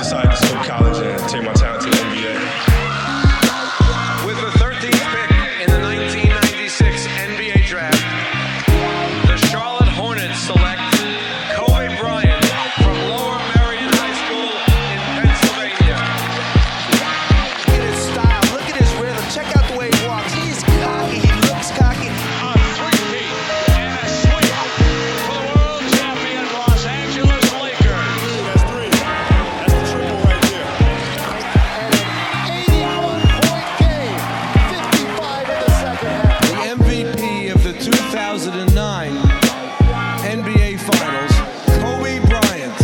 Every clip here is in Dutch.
decided to skip college and take my talent to the NBA. With the 13th pick in the 1996 NBA draft, the Charlotte Hornets select Kobe Bryant from Lower Merion High School in Pennsylvania. Look at his style, look at his rhythm, check out the way he walks. He's cocky, he looks cocky. A three-peat and a sweep for the world champion Los Angeles Lakers. That's three. That's the triple right there. And an 81-point game, 55 in the second half. The MVP of the 2009 NBA Finals, Kobe Bryant.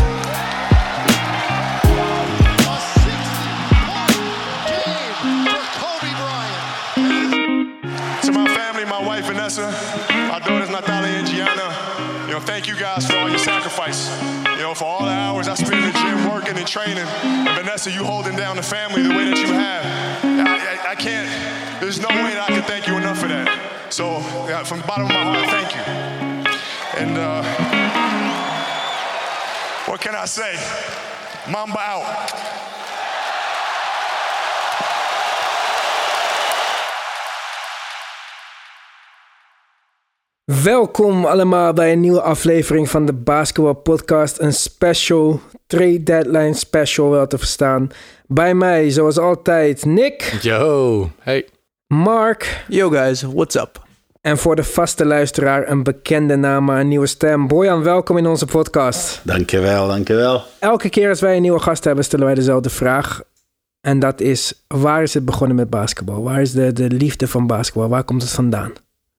A 60-point game for Kobe Bryant. To my family, my wife Vanessa, my daughters Natalia and Gianna, thank you guys for all your sacrifice. For all the hours I spent in the gym working and training. And Vanessa, you holding down the family the way that you have. I can't, there's no way that I can thank you enough for that. So, from the bottom of my heart, thank you. And what can I say? Mamba out. Welkom allemaal bij een nieuwe aflevering van de Basketball Podcast. Een special, trade deadline special wel te verstaan. Bij mij, zoals altijd, Nick. Yo, hey. Mark. Yo guys, what's up? En voor de vaste luisteraar, een bekende naam, maar een nieuwe stem. Bojan, welkom in onze podcast. Dankjewel. Elke keer als wij een nieuwe gast hebben, stellen wij dezelfde vraag. En dat is, waar is het begonnen met basketbal? Waar is de liefde van basketbal? Waar komt het vandaan?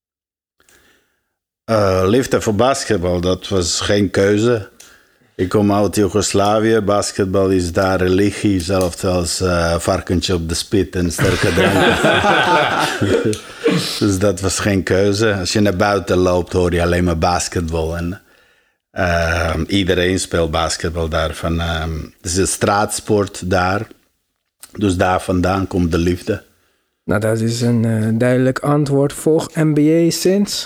Liefde voor basketbal, dat was geen keuze. Ik kom uit Joegoslavië. Basketbal is daar religie, zelfs als varkentje op de spit en sterke dranken. Dus dat was geen keuze. Als je naar buiten loopt, hoor je alleen maar basketbal. En iedereen speelt basketbal daar. Het is een straatsport daar. Dus daar vandaan komt de liefde. Nou, dat is een duidelijk antwoord. Volg NBA sinds?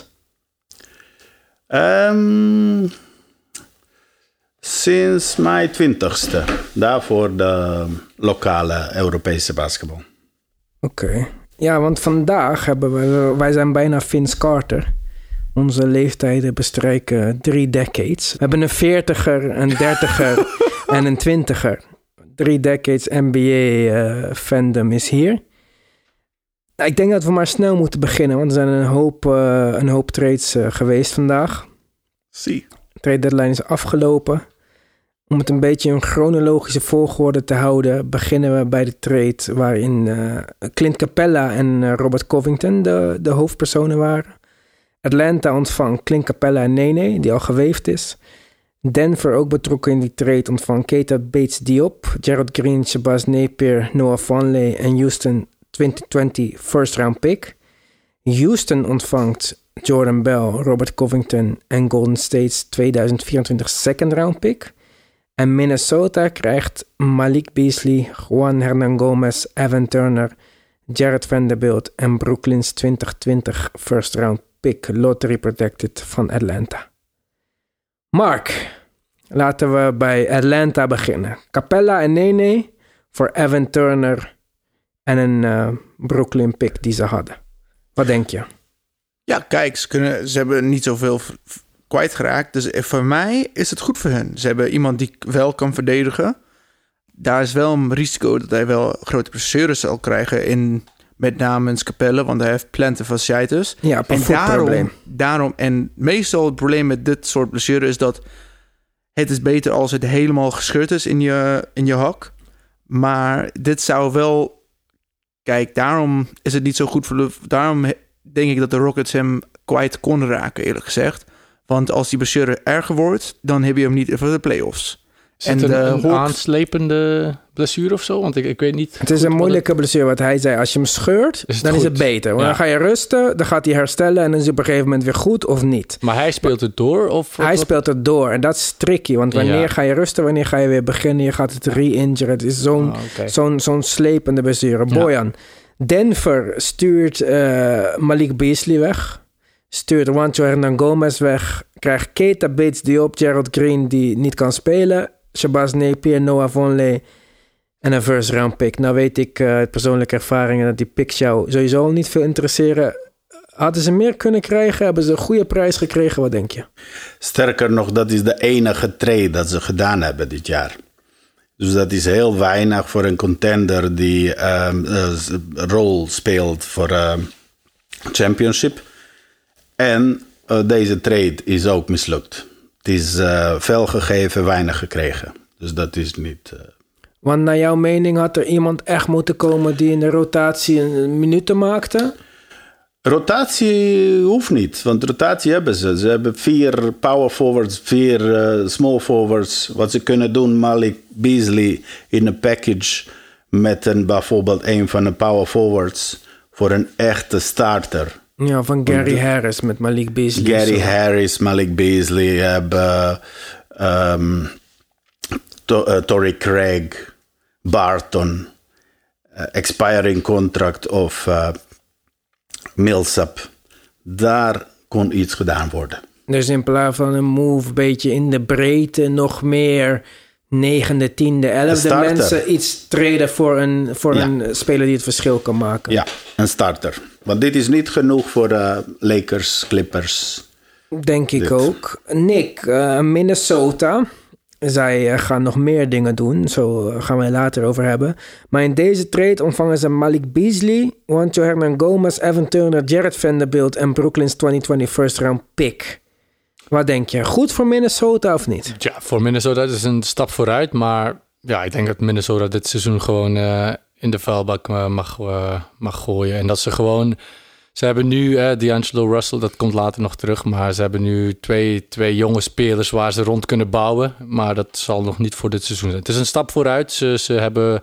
Sinds mijn 20ste. Daarvoor de lokale Europese basketbal. Oké. Ja, want vandaag hebben wij zijn bijna Vince Carter. Onze leeftijden bestrijken 3 decades. We hebben een 40er, een 30er en een 20er. 3 decades NBA fandom is hier. Ik denk dat we maar snel moeten beginnen, want er zijn een hoop trades geweest vandaag. Zie. Trade deadline is afgelopen. Om het een beetje een chronologische volgorde te houden, beginnen we bij de trade waarin Clint Capella en Robert Covington de hoofdpersonen waren. Atlanta ontvangt Clint Capella en Nene, die al geweefd is. Denver, ook betrokken in die trade, ontvangt Keita Bates-Diop, Gerald Green, Shabazz Napier, Noah Vonleh en Houston 2020 first round pick. Houston ontvangt Jordan Bell, Robert Covington en Golden State's 2024 second round pick. En Minnesota krijgt Malik Beasley, Juan Hernan Gomez, Evan Turner, Jared Vanderbilt en Brooklyn's 2020 first round pick lottery protected van Atlanta. Mark, laten we bij Atlanta beginnen. Capella en Nene voor Evan Turner en een Brooklyn pick die ze hadden. Wat denk je? Ja, kijk, ze hebben niet zoveel kwijtgeraakt. Dus voor mij is het goed voor hen. Ze hebben iemand die wel kan verdedigen. Daar is wel een risico dat hij wel grote blessures zal krijgen in met name in Capella, want hij heeft plantarfasciitis. Ja, en daarom, en meestal het probleem met dit soort blessures is dat het is beter als het helemaal gescheurd is in je hak. Maar dit zou wel, kijk, daarom is het niet zo goed voor daarom denk ik dat de Rockets hem kwijt konden raken, eerlijk gezegd. Want als die blessure erger wordt, dan heb je hem niet voor de playoffs. Is het een aanslepende blessure of zo? Want ik weet niet. Het is een moeilijke blessure, wat hij zei. Als je hem scheurt, dan is het beter. Want dan ga je rusten, dan gaat hij herstellen en dan is hij op een gegeven moment weer goed of niet. Maar hij speelt het door? Hij speelt het door en dat is tricky. Want wanneer ga je rusten, wanneer ga je weer beginnen? Je gaat het re-injuren. Het is zo'n slepende blessure. Bojan, Denver stuurt Malik Beasley weg. Stuurt Juancho Hernan Gomez weg. Krijgt Keita Bates-Diop, Gerald Green die niet kan spelen. Shabazz Napier, Noah Vonleh en een first round pick. Nou weet ik uit persoonlijke ervaringen dat die picks jou sowieso niet veel interesseren. Hadden ze meer kunnen krijgen? Hebben ze een goede prijs gekregen? Wat denk je? Sterker nog, dat is de enige trade dat ze gedaan hebben dit jaar. Dus dat is heel weinig voor een contender die rol speelt voor championship. En deze trade is ook mislukt. Het is veel gegeven, weinig gekregen. Dus dat is niet... Want naar jouw mening had er iemand echt moeten komen die in de rotatie een minuten maakte? Rotatie hoeft niet, want rotatie hebben ze. Ze hebben 4 power forwards, 4 small forwards. Wat ze kunnen doen, Malik Beasley in een package met bijvoorbeeld een van de power forwards voor een echte starter. Ja, van Gary Harris met Malik Beasley. Gary Harris, Malik Beasley hebben Torrey Craig, Barton, expiring contract of Millsap. Daar kon iets gedaan worden. Dus in plaats van een move, een beetje in de breedte, nog meer 9e, 10e, 11e mensen iets treden voor een speler die het verschil kan maken. Ja, een starter. Want dit is niet genoeg voor Lakers, Clippers. Denk ik ook. Nick, Minnesota. Zij gaan nog meer dingen doen. Zo gaan we het later over hebben. Maar in deze trade ontvangen ze Malik Beasley, Juancho Hernangomez, Evan Turner, Jared Vanderbilt en Brooklyn's 2020 first round pick. Wat denk je? Goed voor Minnesota of niet? Ja, voor Minnesota is een stap vooruit. Maar ja, ik denk dat Minnesota dit seizoen gewoon in de vuilbak mag gooien. En dat ze gewoon... Ze hebben nu D'Angelo Russell, dat komt later nog terug. Maar ze hebben nu twee jonge spelers waar ze rond kunnen bouwen. Maar dat zal nog niet voor dit seizoen zijn. Het is een stap vooruit. Ze hebben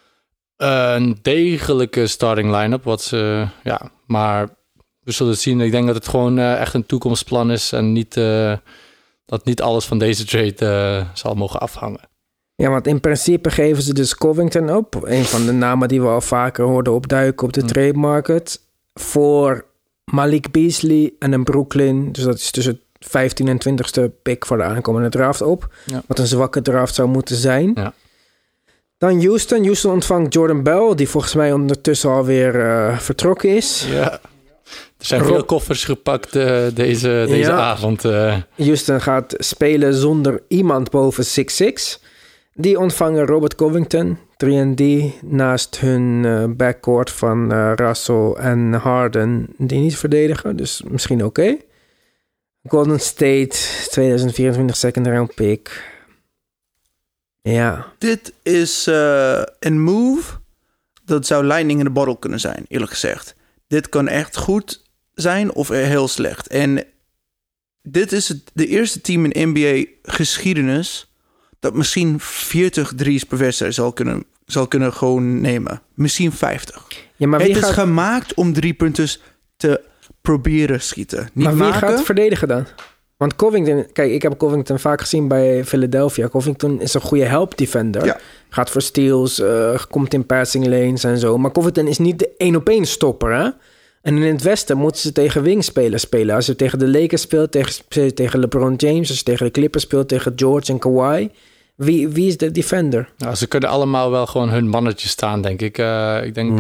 een degelijke starting line-up. Maar we zullen het zien. Ik denk dat het gewoon echt een toekomstplan is. En dat niet alles van deze trade zal mogen afhangen. Ja, want in principe geven ze dus Covington op. Een van de namen die we al vaker hoorden opduiken op de trade market. Voor Malik Beasley en een Brooklyn. Dus dat is tussen 15 en 20ste pick voor de aankomende draft op. Ja. Wat een zwakke draft zou moeten zijn. Ja. Dan Houston. Houston ontvangt Jordan Bell, die volgens mij ondertussen alweer vertrokken is. Ja. Er zijn veel koffers gepakt deze avond. Houston gaat spelen zonder iemand boven 6'6". Die ontvangen Robert Covington, 3&D, naast hun backcourt van Russell en Harden, die niet verdedigen. Dus misschien oké. Golden State, 2024 second round pick. Ja. Dit is een move dat zou lightning in the bottle kunnen zijn, eerlijk gezegd. Dit kan echt goed zijn of heel slecht. En dit is de eerste team in NBA-geschiedenis dat misschien 40 drie's per wedstrijd zal kunnen gewoon nemen. Misschien 50. Ja, maar het is gemaakt om 3-punters te proberen schieten. Niet maar wie gaat verdedigen dan? Want Covington... Kijk, ik heb Covington vaak gezien bij Philadelphia. Covington is een goede help defender. Ja. Gaat voor steals, komt in passing lanes en zo. Maar Covington is niet de 1-op-1 stopper, hè? En in het westen moeten ze tegen wingspelers spelen. Als je tegen de Lakers speelt, tegen LeBron James. Als je tegen de Clippers speelt, tegen George en Kawhi. Wie is de defender? Nou, ze kunnen allemaal wel gewoon hun mannetje staan, denk ik. Ik denk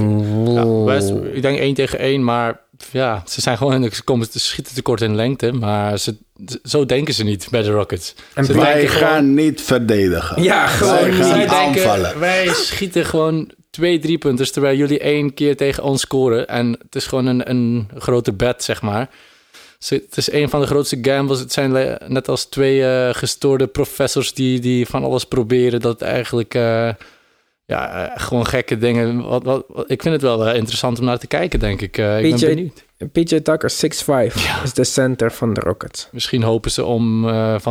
1 tegen 1, maar ja, ze zijn gewoon... Ze schieten tekort in lengte, maar zo denken ze niet bij de Rockets. En wij gaan niet verdedigen. Ja, gewoon zij gaan aanvallen. Wij schieten gewoon 2 3-punters, terwijl jullie 1 keer tegen ons scoren. En het is gewoon een grote bet, zeg maar. Het is een van de grootste gambles. Het zijn net als 2 gestoorde professors die van alles proberen. Dat het eigenlijk gewoon gekke dingen... ik vind het wel interessant om naar te kijken, denk ik. Ik ben benieuwd. PJ Tucker, 6'5", is de center van de Rockets. Misschien hopen ze om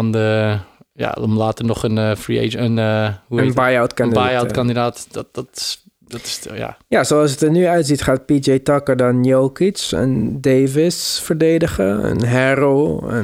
om later nog een free agent... een buyout kandidaat. Dat is, ja, zoals het er nu uitziet gaat PJ Tucker dan Jokic en Davis verdedigen. En Harrell en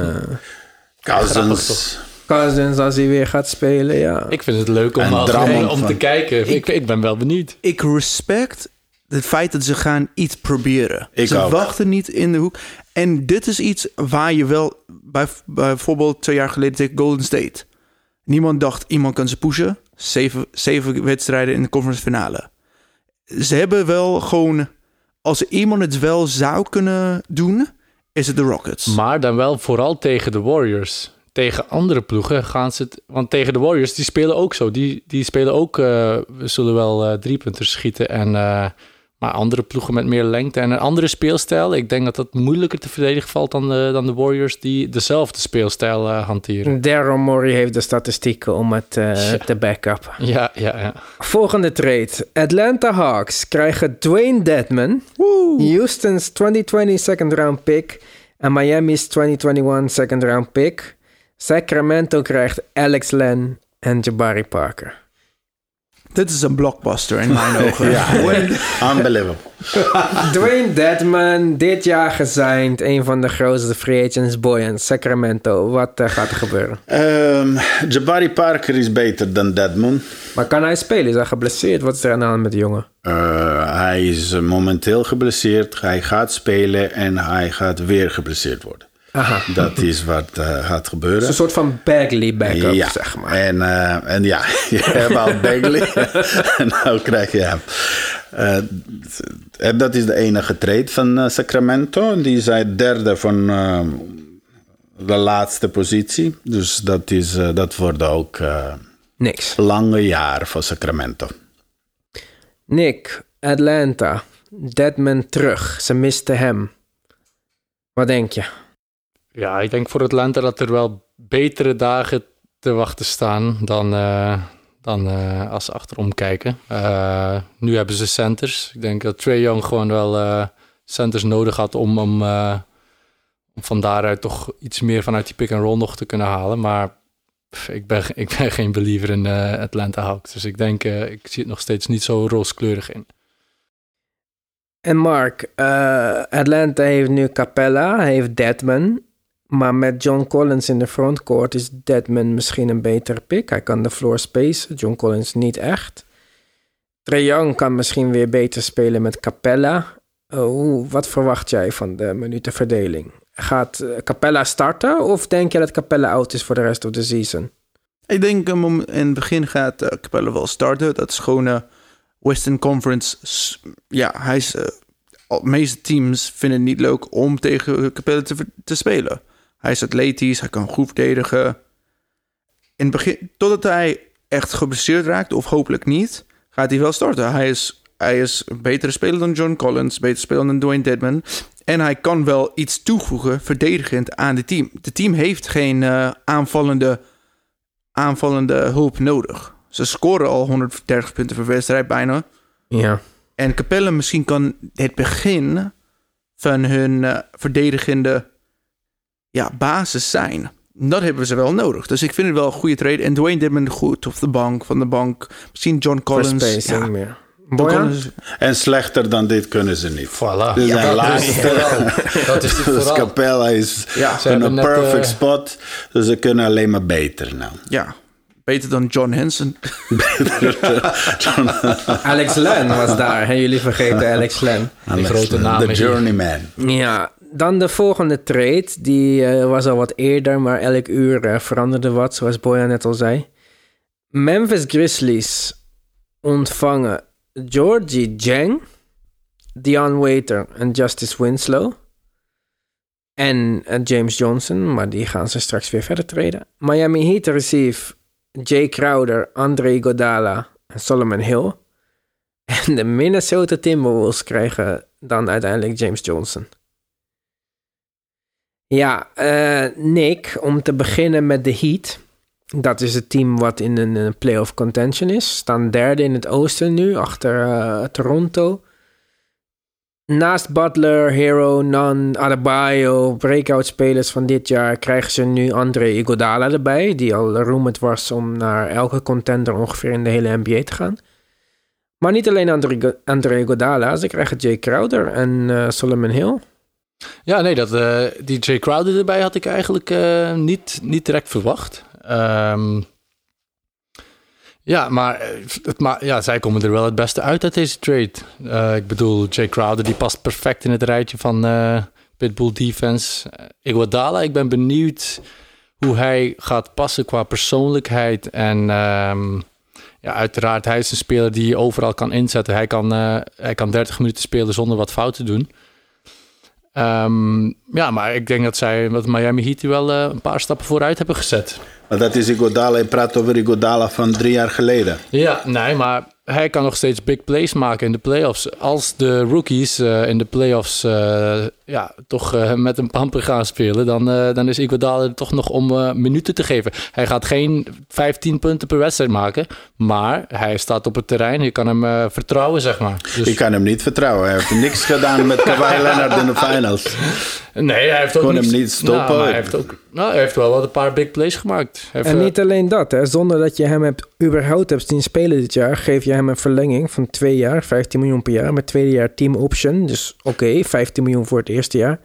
Cousins als hij weer gaat spelen, ja. Ik vind het leuk om te kijken. Ik ben wel benieuwd. Ik respect het feit dat ze gaan iets proberen. Ze wachten niet in de hoek. En dit is iets waar je wel... bijvoorbeeld 2 jaar geleden tegen Golden State. Niemand dacht, iemand kan ze pushen. 7 wedstrijden in de conference finale. Ze hebben wel gewoon... Als iemand het wel zou kunnen doen, is het de Rockets. Maar dan wel vooral tegen de Warriors. Tegen andere ploegen gaan ze het... Want tegen de Warriors, die spelen ook zo. Die spelen ook... we zullen wel 3-punters schieten. Maar andere ploegen met meer lengte en een andere speelstijl. Ik denk dat moeilijker te verdedigen valt dan de Warriors... die dezelfde speelstijl hanteren. Daryl Morey heeft de statistieken om het te back-up. Ja. Volgende trade. Atlanta Hawks krijgen Dwayne Dedman... Houston's 2020 second round pick... en Miami's 2021 second round pick... Sacramento krijgt Alex Len en Jabari Parker. Dit is een blockbuster in mijn ogen. Unbelievable. Dwayne Dedman, dit jaar gesigned. Een van de grootste free agents, in Sacramento. Wat gaat er gebeuren? Jabari Parker is beter dan Dedman. Maar kan hij spelen? Is hij geblesseerd? Wat is er aan de hand met de jongen? Hij is momenteel geblesseerd. Hij gaat spelen en hij gaat weer geblesseerd worden. Aha. Dat is wat gaat gebeuren. Het is een soort van Bagley backup, zeg maar. En ja, je hebt al Bagley en nou krijg je hem. Dat is de enige trade van Sacramento. Die zijn derde van de laatste positie. Dus dat wordt ook niks. Lange jaar voor Sacramento. Nick, Atlanta, Dedman terug. Ze misten hem. Wat denk je? Ja, ik denk voor Atlanta dat er wel betere dagen te wachten staan dan als ze achterom kijken. Nu hebben ze centers. Ik denk dat Trae Young gewoon wel centers nodig had om van daaruit toch iets meer vanuit die pick-and-roll nog te kunnen halen. Maar ik ben geen believer in Atlanta Hawks. Dus ik denk, ik zie het nog steeds niet zo rooskleurig in. En Mark, Atlanta heeft nu Capella, hij heeft Dedman. Maar met John Collins in de frontcourt is Dedman misschien een betere pick. Hij kan de floor spacen, John Collins niet echt. Trae Young kan misschien weer beter spelen met Capella. Wat verwacht jij van de minutenverdeling? Gaat Capella starten of denk je dat Capella out is voor de rest of the season? Ik denk in het begin gaat Capella wel starten. Dat is gewoon Western Conference. Ja, hij is... de meeste teams vinden het niet leuk om tegen Capella te spelen. Hij is atletisch, hij kan goed verdedigen. In het begin, totdat hij echt geblesseerd raakt, of hopelijk niet, gaat hij wel starten. Hij is een betere speler dan John Collins, beter speler dan Dwayne Dedman. En hij kan wel iets toevoegen, verdedigend, aan het team. Het team heeft geen aanvallende hulp nodig. Ze scoren al 130 punten per wedstrijd bijna. Ja. En Capella misschien kan het begin van hun verdedigende basis zijn. Dat hebben ze wel nodig. Dus ik vind het wel een goede trade. En Dwayne Dedman goed van de bank. Misschien John Collins. Meer. En slechter dan dit kunnen ze niet. Voilà. Dus dat is het vooral. Capella is in een perfect spot. Dus ze kunnen alleen maar beter nou. Ja. Beter dan John Henson. Alex Len was daar. En jullie vergeten Alex Len. Die grote naam. The Journeyman. Ja, dan de volgende trade. Die was al wat eerder, maar elk uur veranderde wat, zoals Bojan net al zei. Memphis Grizzlies ontvangen Georgie Jang, Dion Waiter en Justice Winslow. En James Johnson, maar die gaan ze straks weer verder traden. Miami Heat receive Jay Crowder, Andre Iguodala en Solomon Hill. En de Minnesota Timberwolves krijgen dan uiteindelijk James Johnson. Ja, Nick, om te beginnen met de Heat. Dat is het team wat in een playoff contention is. Staan derde in het oosten nu, achter Toronto. Naast Butler, Hero, Nunn, Adebayo, breakout spelers van dit jaar, krijgen ze nu Andre Iguodala erbij, die al rumored was om naar elke contender ongeveer in de hele NBA te gaan. Maar niet alleen Andre Iguodala, ze krijgen Jay Crowder en Solomon Hill. Ja, nee, die Jay Crowder erbij had ik eigenlijk niet direct verwacht. Ja, maar zij komen er wel het beste uit deze trade. Ik bedoel, Jay Crowder die past perfect in het rijtje van Pitbull defense. Iguodala, ik ben benieuwd hoe hij gaat passen qua persoonlijkheid. En uiteraard, hij is een speler die je overal kan inzetten. Hij kan 30 minuten spelen zonder wat fout te doen. Maar ik denk dat zij met Miami Heat wel een paar stappen vooruit hebben gezet. Maar dat is Iguodala. Je praat over Iguodala van 3 jaar geleden. Ja, nee, maar hij kan nog steeds big plays maken in de playoffs. Als de rookies in de playoffs toch met een pamper gaan spelen, dan is Iguodala er toch nog om minuten te geven. Hij gaat geen 15 punten per wedstrijd maken, maar hij staat op het terrein. Je kan hem vertrouwen, zeg maar. Dus... Ik kan hem niet vertrouwen. Hij heeft niks gedaan met Kawhi Leonard in de finals. Nee, hij heeft ook hem niet stoppen. Hij heeft wel wat een paar big plays gemaakt. En niet alleen dat, hè. Zonder dat je hem überhaupt hebt zien spelen dit jaar, geef je hem een verlenging van 2 jaar, 15 miljoen per jaar, met 2e jaar team option. Dus 15 miljoen voor het eerste jaar.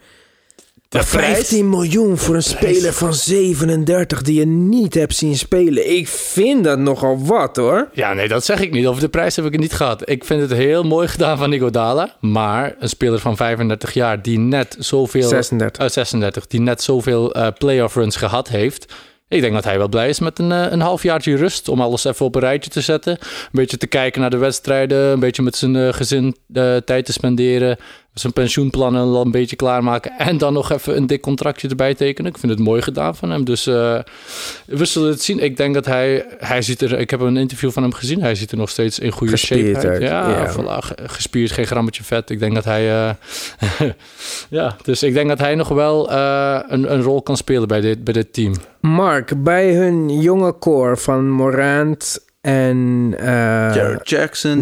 15 miljoen voor een speler van 37 die je niet hebt zien spelen. Ik vind dat nogal wat, hoor. Ja, nee, dat zeg ik niet. Over de prijs heb ik het niet gehad. Ik vind het heel mooi gedaan van Iguodala. Maar een speler van 35 jaar die net zoveel... 36. Die net zoveel playoff runs gehad heeft. Ik denk dat hij wel blij is met een halfjaartje rust om alles even op een rijtje te zetten. Een beetje te kijken naar de wedstrijden. Een beetje met zijn gezin tijd te spenderen. Zijn pensioenplannen al een beetje klaarmaken. En dan nog even een dik contractje erbij tekenen. Ik vind het mooi gedaan van hem. Dus we zullen het zien. Ik denk dat hij ziet er... Ik heb een interview van hem gezien. Hij ziet er nog steeds in goede shape uit. Ja. Voilà, gespierd, geen grammetje vet. Ik denk dat hij... dus ik denk dat hij nog wel een rol kan spelen bij dit team. Mark, bij hun jonge core van Morant en Jared Jackson,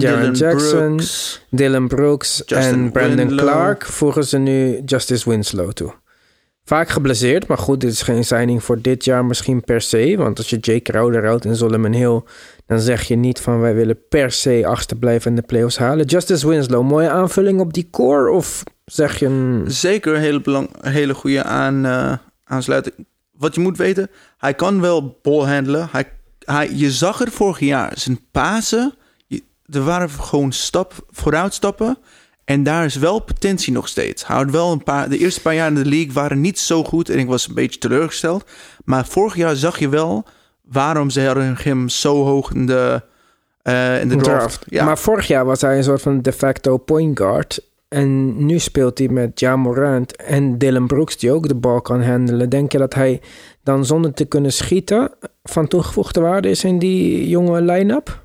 Dylan Brooks en Brandon Clark voegen ze nu Justice Winslow toe. Vaak geblesseerd, maar goed, dit is geen signing voor dit jaar misschien per se. Want als je Jay Crowder houdt en Solomon Hill, dan zeg je niet van wij willen per se 8e blijven in de playoffs halen. Justice Winslow, mooie aanvulling op die core of zeg je... Zeker een hele goede aansluiting. Wat je moet weten, hij kan wel ballhandelen. Je zag er vorig jaar, zijn pasen, er waren gewoon vooruitstappen. En daar is wel potentie nog steeds. Hij had wel de eerste paar jaar in de league waren niet zo goed. En ik was een beetje teleurgesteld. Maar vorig jaar zag je wel waarom ze hem zo hoog in de draft. Ja. Maar vorig jaar was hij een soort van de facto point guard. En nu speelt hij met Ja Morant en Dylan Brooks, die ook de bal kan handelen. Denk je dat hij dan zonder te kunnen schieten van toegevoegde waarde is in die jonge line-up?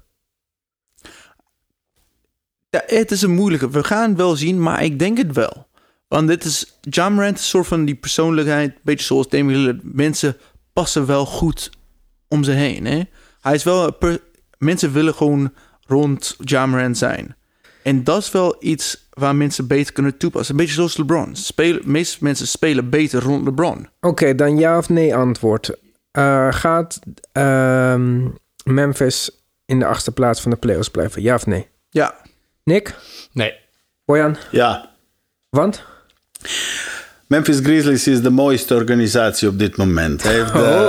Ja, het is een moeilijke. We gaan het wel zien, maar ik denk het wel. Want dit is... Ja Morant is een soort van die persoonlijkheid, een beetje zoals Damian Lillard. Mensen passen wel goed om ze heen. Hè? Hij is wel... mensen willen gewoon rond Ja Morant zijn. En dat is wel iets waar mensen beter kunnen toepassen. Een beetje zoals LeBron. De meeste mensen spelen beter rond LeBron. Oké, dan ja of nee antwoord. Gaat Memphis in de 8e plaats van de playoffs blijven? Ja of nee? Ja. Nick? Nee. Bojan? Ja. Want? Memphis Grizzlies is de mooiste organisatie op dit moment. Heeft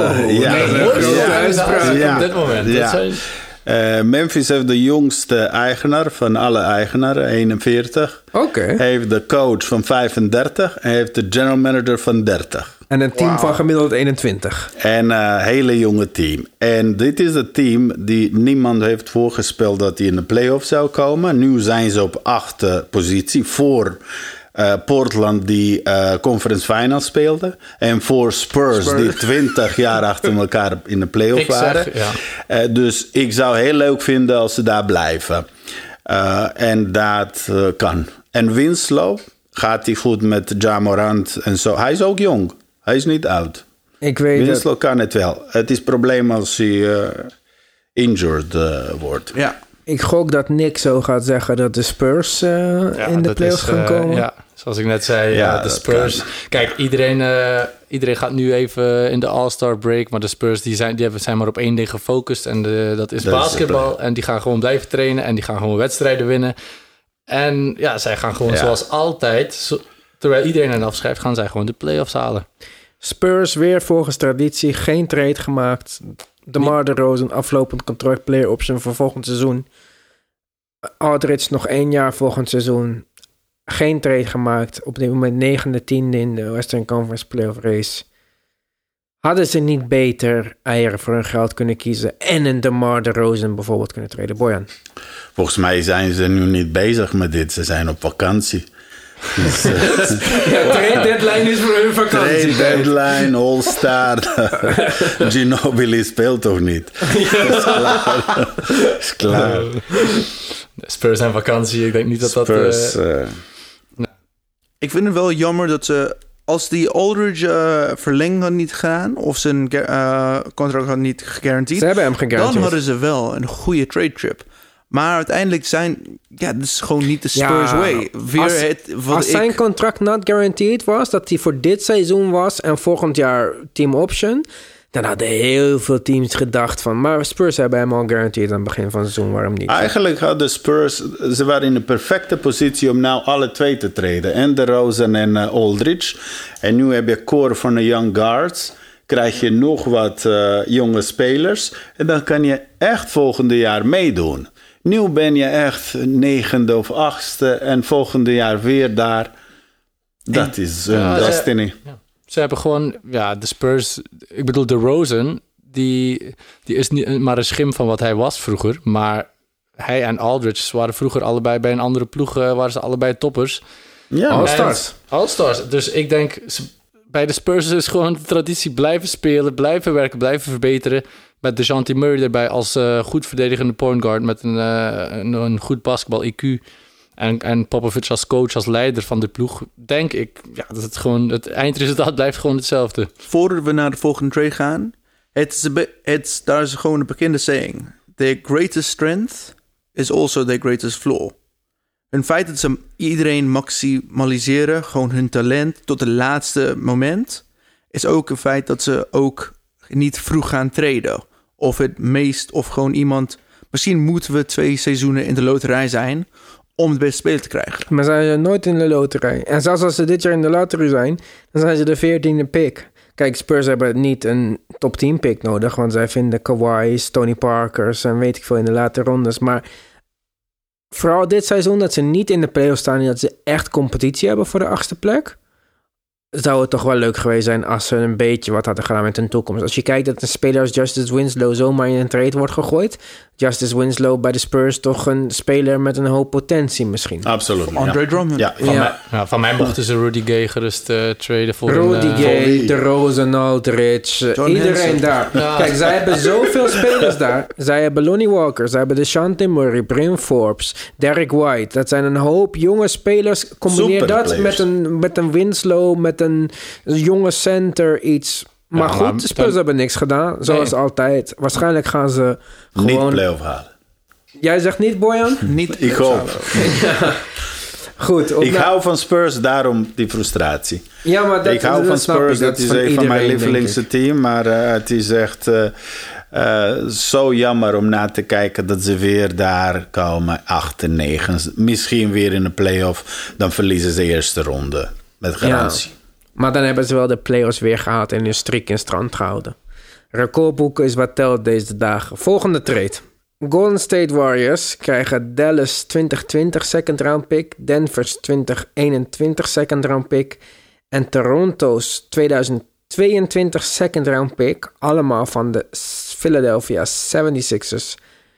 op dit moment. Ja. Memphis heeft de jongste eigenaar van alle eigenaren, 41. Oké. Heeft de coach van 35 en heeft de general manager van 30. En een team van gemiddeld 21. En een hele jonge team. En dit is het team die niemand heeft voorgespeld dat hij in de playoffs zou komen. Nu zijn ze op 8e positie voor Portland die conference finals speelde. En voor Spurs die 20 jaar achter elkaar in de playoff waren. Dus ik zou heel leuk vinden als ze daar blijven. En dat kan. En Winslow gaat hij goed met Ja Morant en zo. Hij is ook jong. Hij is niet oud. Ik weet Winslow kan het wel. Het is een probleem als hij injured wordt. Ja. Ik gok dat Nick zo gaat zeggen dat de Spurs in de playoffs gaan komen. Ja, zoals ik net zei, de Spurs. Kijk, iedereen gaat nu even in de All-Star break. Maar de Spurs die zijn maar op één ding gefocust. En dat is basketbal. En die gaan gewoon blijven trainen. En die gaan gewoon wedstrijden winnen. En ja, zij gaan gewoon zoals altijd... Terwijl iedereen hen afschrijft, gaan zij gewoon de playoffs halen. Spurs weer volgens traditie geen trade gemaakt. DeMar DeRozan aflopend contract, player option voor volgend seizoen. Aldridge nog 1 jaar volgend seizoen. Geen trade gemaakt. Op dit moment 9e, 10e in de Western Conference playoff race. Hadden ze niet beter eieren voor hun geld kunnen kiezen en een DeMar DeRozan bijvoorbeeld kunnen treden? Bojan? Volgens mij zijn ze nu niet bezig met dit. Ze zijn op vakantie. Dus, trade deadline is voor hun vakantie. Trade deadline, All-Star. Ginobili speelt toch niet? Is klaar. Spurs en vakantie, ik denk niet dat Spurs, dat... Ik vind het wel jammer dat ze... Als die Aldridge verlenging had niet gedaan... of zijn contract had niet gegarandeerd... Ze hebben hem gegarandeerd. Dan hadden ze wel een goede trade trip. Maar uiteindelijk zijn... Ja, dat is gewoon niet de Spurs way. Als zijn contract not guaranteed was... dat hij voor dit seizoen was... en volgend jaar team option... dan hadden heel veel teams gedacht van... maar Spurs hebben hem al guaranteed aan het begin van het seizoen. Waarom niet? Eigenlijk hadden Spurs... ze waren in de perfecte positie om nou alle twee te treden. En DeRozan en Aldridge. En nu heb je core van de young guards... krijg je nog wat jonge spelers... en dan kan je echt volgende jaar meedoen. Nu ben je echt 9e of 8e... en volgende jaar weer daar. Dat is destiny. Ze hebben gewoon, de Spurs... Ik bedoel, DeRozan, die is niet maar een schim van wat hij was vroeger. Maar hij en Aldridge waren vroeger allebei bij een andere ploeg... waren ze allebei toppers. Ja, All-Stars. Dus ik denk, bij de Spurs is gewoon de traditie blijven spelen... blijven werken, blijven verbeteren... met DeJounte Murray erbij als goed verdedigende point guard... met een goed basketbal-IQ... En Popovich als coach, als leider van de ploeg... denk ik dat het gewoon... het eindresultaat blijft gewoon hetzelfde. Voordat we naar de volgende trade gaan... daar is gewoon een bekende saying. Their greatest strength is also their greatest flaw. Hun feit dat ze iedereen maximaliseren... gewoon hun talent tot het laatste moment... is ook een feit dat ze ook niet vroeg gaan traden. Of het meest... of gewoon iemand... misschien moeten we 2 seizoenen in de loterij zijn... om de beste speler te krijgen. Maar zijn ze nooit in de loterij. En zelfs als ze dit jaar in de loterij zijn... dan zijn ze de 14e pick. Kijk, Spurs hebben niet een top 10 pick nodig... want zij vinden Kawhi's, Tony Parker's... en weet ik veel in de late rondes. Maar vooral dit seizoen... dat ze niet in de playoffs staan... en dat ze echt competitie hebben voor de 8e plek... zou het toch wel leuk geweest zijn... als ze een beetje wat hadden gedaan met hun toekomst. Als je kijkt dat een speler als Justice Winslow... zomaar in een trade wordt gegooid... Justice Winslow bij de Spurs toch een speler... met een hoop potentie misschien. Absoluut. Andre Drummond. Van mij mochten ze Rudy Gay gerust traden voor Rudy Gay, DeRozan, Aldridge, iedereen Hansen. Daar. Ja. Kijk, zij hebben zoveel spelers daar. Zij hebben Lonnie Walker, zij hebben DeJounte Murray, Bryn Forbes, Derek White. Dat zijn een hoop jonge spelers. Combineer dat met een Winslow, met een jonge center, iets... Maar goed, de Spurs hebben niks gedaan. Zoals altijd. Waarschijnlijk gaan ze gewoon... Niet play-off halen. Jij zegt niet, Bojan? Niet ik hoop. Goed. Ik hou van Spurs, daarom die frustratie. Ja, maar ik hou van Spurs, dat is een van mijn lievelingste team. Maar het is echt zo jammer om na te kijken... dat ze weer daar komen, 8 en 9. Misschien weer in de play-off. Dan verliezen ze de eerste ronde. Met garantie. Ja. Maar dan hebben ze wel de play-offs weer gehad... en hun strik in stand gehouden. Recordboeken is wat telt deze dagen. Volgende trade. Golden State Warriors krijgen Dallas 2020 second round pick... Denver's 2021 second round pick... en Toronto's 2022 second round pick... allemaal van de Philadelphia 76ers...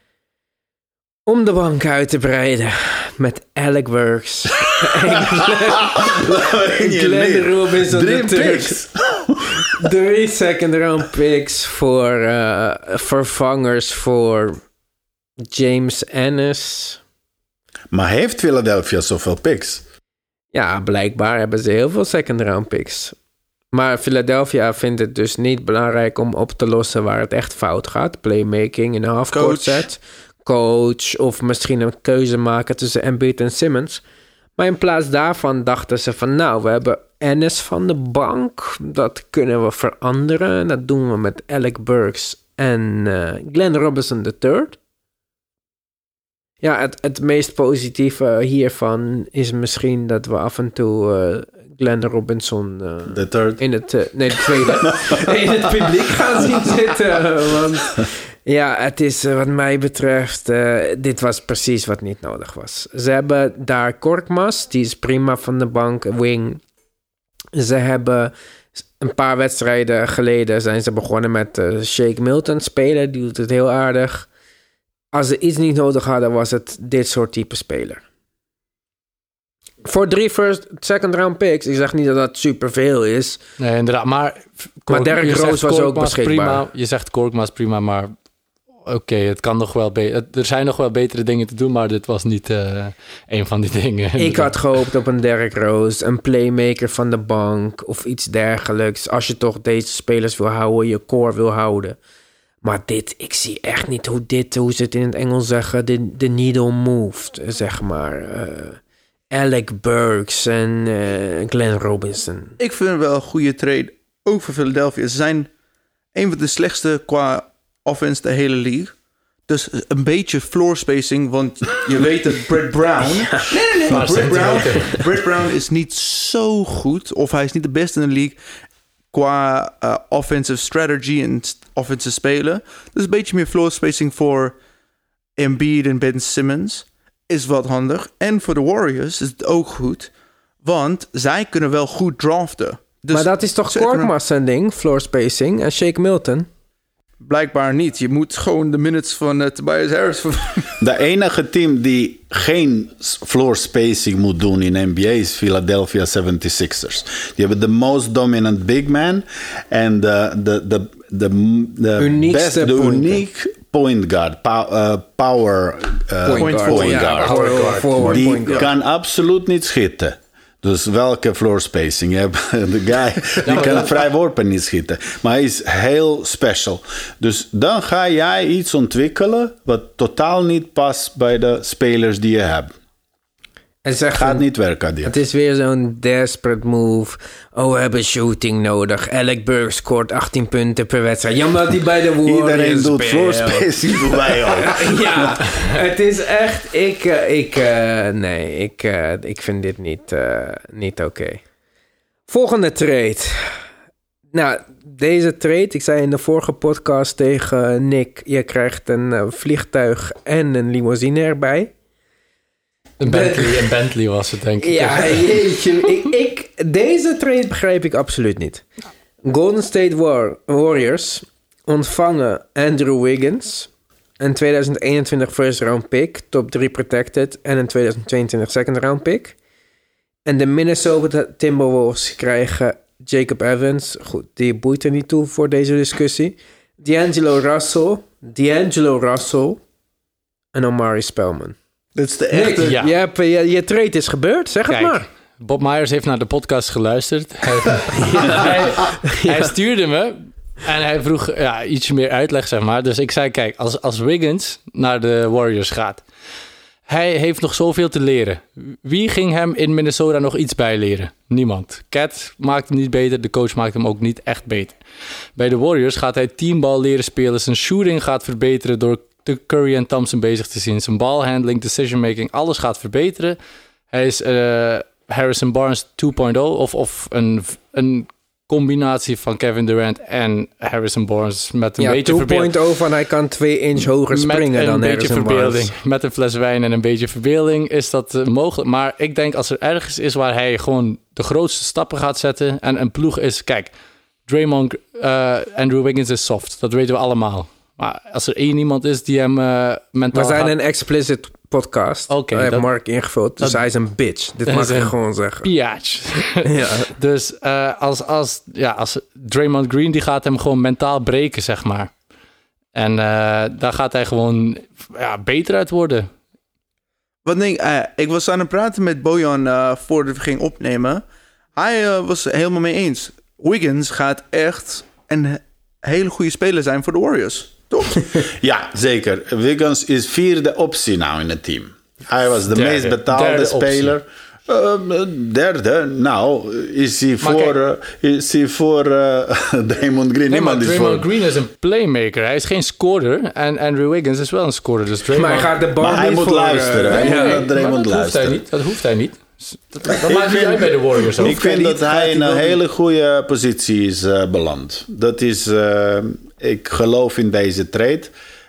om de bank uit te breiden met Alec Burks... Glenn Robinson III. 3 second round picks voor vervangers voor James Ennis. Maar heeft Philadelphia zoveel picks? Ja, blijkbaar hebben ze heel veel second round picks. Maar Philadelphia vindt het dus niet belangrijk om op te lossen waar het echt fout gaat. Playmaking in een halfcourt set. Coach of misschien een keuze maken tussen Embiid en Simmons. Maar in plaats daarvan dachten ze van... nou, we hebben Ennis van de bank. Dat kunnen we veranderen. Dat doen we met Alec Burks en Glenn Robinson III. Ja, het meest positieve hiervan is misschien... dat we af en toe Glenn Robinson... de third? In het... nee, de tweede. in het publiek gaan zien zitten. Want... ja, het is wat mij betreft... dit was precies wat niet nodig was. Ze hebben daar Korkmaz, die is prima van de bank, wing. Ze hebben Een paar wedstrijden geleden zijn ze begonnen met Shake Milton spelen. Die doet het heel aardig. Als ze iets niet nodig hadden, was het dit soort type speler. Voor 3 second round picks. Ik zeg niet dat dat superveel is. Nee, inderdaad. Maar Derrick Rose was ook beschikbaar. Prima. Je zegt Korkmaz prima, maar oké, het kan nog wel beter. Er zijn nog wel betere dingen te doen, maar dit was niet een van die dingen. Ik had gehoopt op een Derrick Rose, een playmaker van de bank of iets dergelijks. Als je toch deze spelers wil houden, je core wil houden. Maar dit, ik zie echt niet hoe ze het in het Engels zeggen, de needle moved, zeg maar. Alec Burks en Glenn Robinson. Ik vind het wel een goede trade, ook voor Philadelphia. Ze zijn een van de slechtste qua offense de hele league. Dus een beetje floor spacing, want je weet dat Brett Brown... Nee. Brett Brown is niet zo goed, of hij is niet de beste in de league qua offensive strategy en offensive spelen. Dus een beetje meer floor spacing voor Embiid en Ben Simmons is wat handig. En voor de Warriors is het ook goed, want zij kunnen wel goed draften. Dus maar dat is toch Korkmaz zijn ding, floor spacing en Shake Milton? Blijkbaar niet. Je moet gewoon de minutes van Tobias Harris... De enige team die geen floor spacing moet doen in NBA is Philadelphia 76ers. Die hebben de most dominant big man en de unique point guard, power point guard. Die kan absoluut niet schieten. Dus welke floor spacing? Je hebt de guy die kan vrijworpen niet schieten. Maar hij is heel special. Dus dan ga jij iets ontwikkelen wat totaal niet past bij de spelers die je hebt. Het gaat niet werken. Het is weer zo'n desperate move. Oh, we hebben shooting nodig. Alec Burks scoort 18 punten per wedstrijd. Jammer dat hij bij de Warriors iedereen doet floor spacing voor mij ook. Ja, het is echt... Ik vind dit niet oké. Volgende trade. Nou, deze trade... Ik zei in de vorige podcast tegen Nick... Je krijgt een vliegtuig en een limousine erbij. Een Bentley was het, denk ik. Ja, jeetje. Deze trade begrijp ik absoluut niet. Golden State Warriors ontvangen Andrew Wiggins, een 2021 first round pick, top 3 protected, en een 2022 second round pick. En de Minnesota Timberwolves krijgen Jacob Evans. Goed, die boeit er niet toe voor deze discussie. D'Angelo Russell en Omari Spellman. Dat is de echte... Je trade is gebeurd, zeg het maar. Bob Myers heeft naar de podcast geluisterd. Hij stuurde me en hij vroeg ietsje meer uitleg, zeg maar. Dus ik zei, kijk, als Wiggins naar de Warriors gaat... Hij heeft nog zoveel te leren. Wie ging hem in Minnesota nog iets bijleren? Niemand. Cat maakt hem niet beter, de coach maakt hem ook niet echt beter. Bij de Warriors gaat hij teambal leren spelen. Zijn shooting gaat verbeteren door de Curry en Thompson bezig te zien. Zijn balhandling, decision making, alles gaat verbeteren. Hij is Harrison Barnes 2.0 of een combinatie van Kevin Durant en Harrison Barnes met een beetje verbeelding. 2.0 van hij kan 2 inch hoger springen dan Harrison Barnes. Met een fles wijn en een beetje verbeelding is dat mogelijk. Maar ik denk als er ergens is waar hij gewoon de grootste stappen gaat zetten en een ploeg is... Kijk, Andrew Wiggins is soft. Dat weten we allemaal. Maar als er één iemand is die hem mentaal... We zijn een explicit podcast. Hij heeft Mark ingevuld, dus hij is een bitch. Dit mag ik gewoon zeggen. Piatch. Ja. Dus als Draymond Green, die gaat hem gewoon mentaal breken, zeg maar. En daar gaat hij gewoon beter uit worden. Wat denk ik was aan het praten met Bojan voordat we gingen opnemen. Hij was het helemaal mee eens. Wiggins gaat echt een hele goede speler zijn voor de Warriors. Toch? Ja, zeker. Wiggins is 4e optie nou in het team. Hij was de meest betaalde speler. Derde. Nou, is hij voor Draymond Green? Nee, maar Draymond Green is een playmaker. Hij is geen scorer. En Andrew Wiggins is wel een scorer. Dus maar hij gaat de bal hij moet luisteren. Draymond luisteren. Dat hoeft hij niet. Dat maakt niet uit bij de Warriors ook. Ik vind dat hij in een hele goede positie is beland. Dat is... ik geloof in deze trade.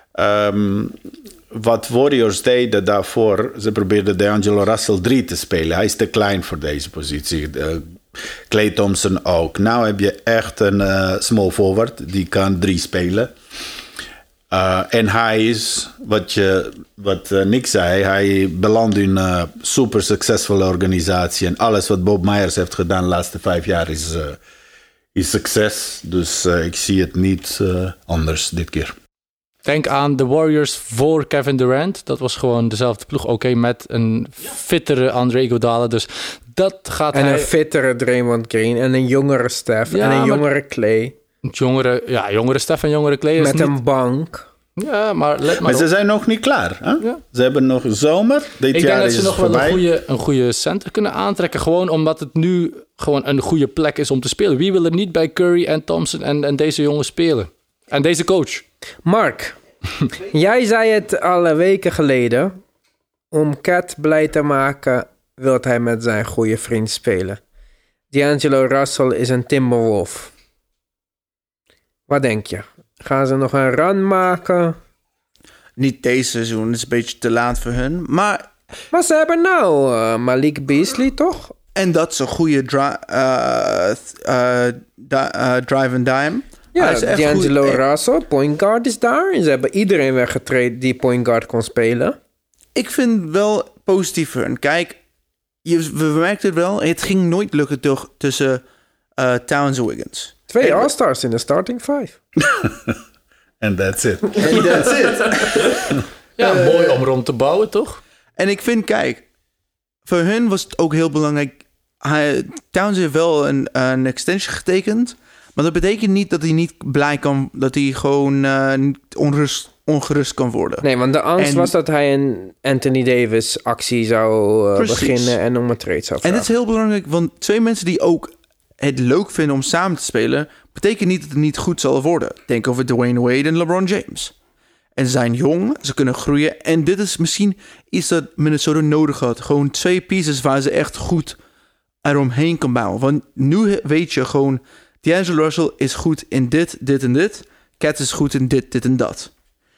Wat Warriors deden daarvoor... Ze probeerden D'Angelo Russell 3 te spelen. Hij is te klein voor deze positie. Klay Thompson ook. Nou heb je echt een small forward. Die kan 3 spelen. En hij is, wat Nick zei, hij belandt in een super succesvolle organisatie. En alles wat Bob Myers heeft gedaan de laatste 5 jaar is succes. Dus ik zie het niet anders dit keer. Denk aan de Warriors voor Kevin Durant. Dat was gewoon dezelfde ploeg. Oké, met een fittere Andre Iguodala. Dus dat gaat en een fittere Draymond Green. En een jongere Steph. En een jongere Clay. Jongere Steph en jongere Clay. Met een bank. Ja, maar ze zijn nog niet klaar. Hè? Ja. Ze hebben nog zomer. Ik denk dat ze nog wel een goede center kunnen aantrekken. Gewoon omdat het nu gewoon een goede plek is om te spelen. Wie wil er niet bij Curry en Thompson en deze jongens spelen? En deze coach. Mark, jij zei het al weken geleden. Om Cat blij te maken, wil hij met zijn goede vriend spelen. D'Angelo Russell is een Timberwolf. Wat denk je? Gaan ze nog een run maken? Niet deze seizoen, het is een beetje te laat voor hun. Maar ze hebben nou Malik Beasley, toch? En dat is een goede drive and dime. Ja, D'Angelo Russell, point guard is daar. En ze hebben iedereen weggetreden die point guard kon spelen. Ik vind het wel positief voor hen. Kijk, we merkten het wel. Het ging nooit lukken tussen Towns en Wiggins. 2 All-Stars in de starting 5. And that's it. Ja, mooi om rond te bouwen, toch? En ik vind, kijk, voor hun was het ook heel belangrijk. Towns heeft wel een extension getekend. Maar dat betekent niet dat hij niet blij kan, dat hij gewoon ongerust kan worden. Nee, want de angst was dat hij een Anthony Davis actie zou beginnen en om een trade zou vragen. En dat is heel belangrijk, want 2 mensen die ook het leuk vinden om samen te spelen, betekent niet dat het niet goed zal worden. Denk over Dwayne Wade en LeBron James. En ze zijn jong, ze kunnen groeien. En dit is misschien iets dat Minnesota nodig had. Gewoon 2 pieces waar ze echt goed eromheen kan bouwen. Want nu weet je gewoon, D'Angelo Russell is goed in dit en dit. Cat is goed in dit en dat.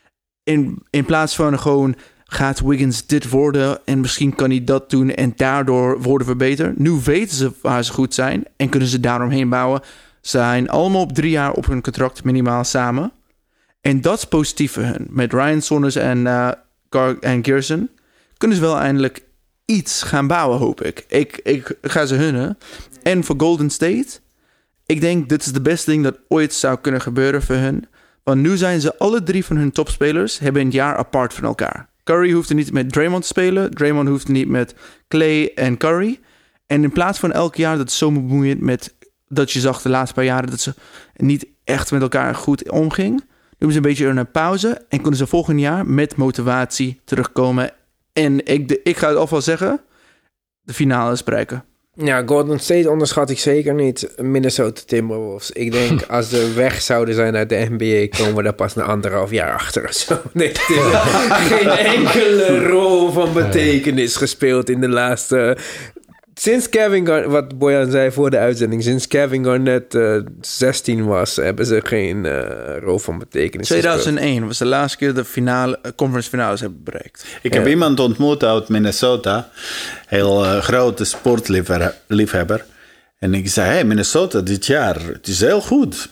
In plaats van gewoon, gaat Wiggins dit worden en misschien kan hij dat doen en daardoor worden we beter. Nu weten ze waar ze goed zijn en kunnen ze daaromheen bouwen. Ze zijn allemaal op 3 jaar op hun contract minimaal samen. En dat is positief voor hun. Met Ryan Saunders en Gerson kunnen ze wel eindelijk iets gaan bouwen, hoop ik. Ik ga ze hunnen. En voor Golden State, ik denk dit is de beste ding dat ooit zou kunnen gebeuren voor hun. Want nu zijn ze alle 3 van hun topspelers hebben een jaar apart van elkaar. Curry hoeft er niet met Draymond te spelen. Draymond hoeft er niet met Clay en Curry. En in plaats van elk jaar dat het zo bemoeiend met dat je zag de laatste paar jaren dat ze niet echt met elkaar goed omging, doen ze een beetje een pauze en kunnen ze volgend jaar met motivatie terugkomen. En ik ga het alvast zeggen, de finales bereiken. Ja, Golden State onderschat ik zeker niet. Minnesota Timberwolves. Ik denk, als ze weg zouden zijn uit de NBA, komen we daar pas na 1,5 jaar achter of zo. Nee, geen enkele rol van betekenis gespeeld in de laatste... Sinds Kevin Garnett, wat Bojan zei voor de uitzending, sinds Kevin Garnett 16 was, hebben ze geen rol van betekenis 2001 was de laatste keer de conference finales hebben bereikt. Ik heb iemand ontmoet uit Minnesota, heel grote sportliefhebber. En ik zei, hey, Minnesota dit jaar, het is heel goed.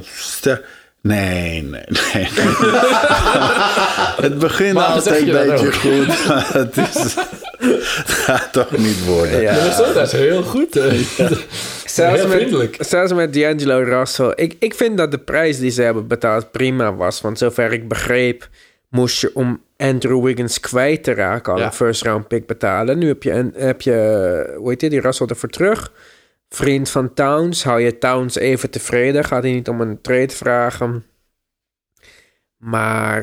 Nee. Het begint altijd een beetje goed, maar het gaat toch niet worden. Ja. Minnesota is heel goed. Zelfs met D'Angelo Russell. Ik vind dat de prijs die ze hebben betaald prima was. Want zover ik begreep, moest je om Andrew Wiggins kwijt te raken al een first round pick betalen. Nu heb je hoe heet die Russell ervoor terug. Vriend van Towns. Hou je Towns even tevreden. Gaat hij niet om een trade vragen. Maar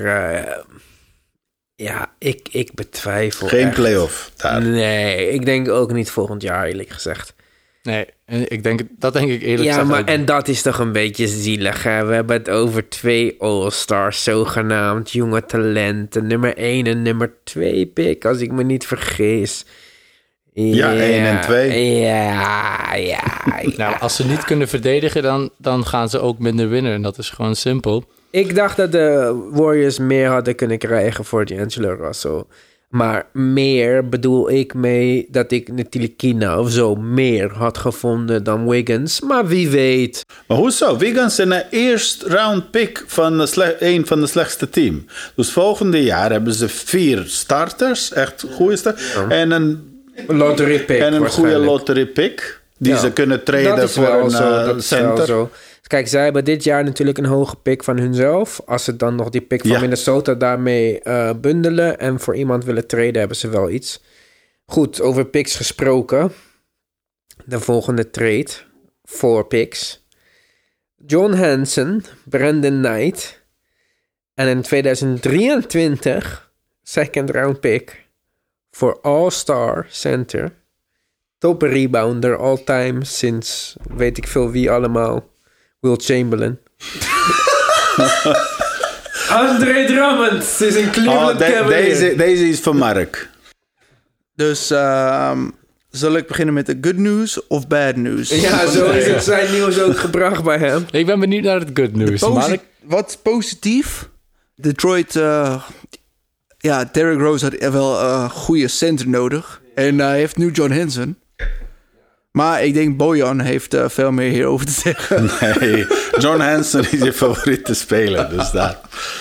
ik betwijfel geen echt. playoff daar. Nee, ik denk ook niet volgend jaar, eerlijk gezegd. Nee, dat denk ik eerlijk gezegd. Ja, maar en dat is toch een beetje zielig, hè? We hebben het over 2 All-Stars, zogenaamd jonge talenten. Nummer 1 en nummer 2 pick, als ik me niet vergis. Ja, 1 en 2. Ja. Nou, als ze niet kunnen verdedigen, dan gaan ze ook minder winnen. En dat is gewoon simpel. Ik dacht dat de Warriors meer hadden kunnen krijgen voor D'Angelo Russell. Maar meer bedoel ik mee dat ik Ntilikina of zo meer had gevonden dan Wiggins. Maar wie weet. Maar hoezo? Wiggins is een eerste round pick van een van de slechtste team. Dus volgende jaar hebben ze 4 starters, echt goede starters. En een lottery pick. En een goede lottery pick. Die ze kunnen traden voor een center. Zo. Kijk, zij hebben dit jaar natuurlijk een hoge pick van hunzelf. Als ze dan nog die pick van Minnesota daarmee bundelen en voor iemand willen traden, hebben ze wel iets. Goed, over picks gesproken. De volgende trade. 4 picks. John Hansen, Brandon Knight. En in 2023, second round pick voor All-Star Center. Top rebounder all time sinds weet ik veel wie allemaal. Will Chamberlain. Andre Drummond is in Cleveland Cavaliers. Deze is van Mark. Dus zal ik beginnen met de good news of bad news? Ja, zo is het zijn nieuws ook gebracht bij hem. Ik ben benieuwd naar het good news. Wat positief. Detroit, Derrick Rose had wel een goede center nodig. En hij heeft nu John Henson. Maar ik denk Bojan heeft veel meer hierover te zeggen. Nee, John Henson is je favoriete speler. Dus daar.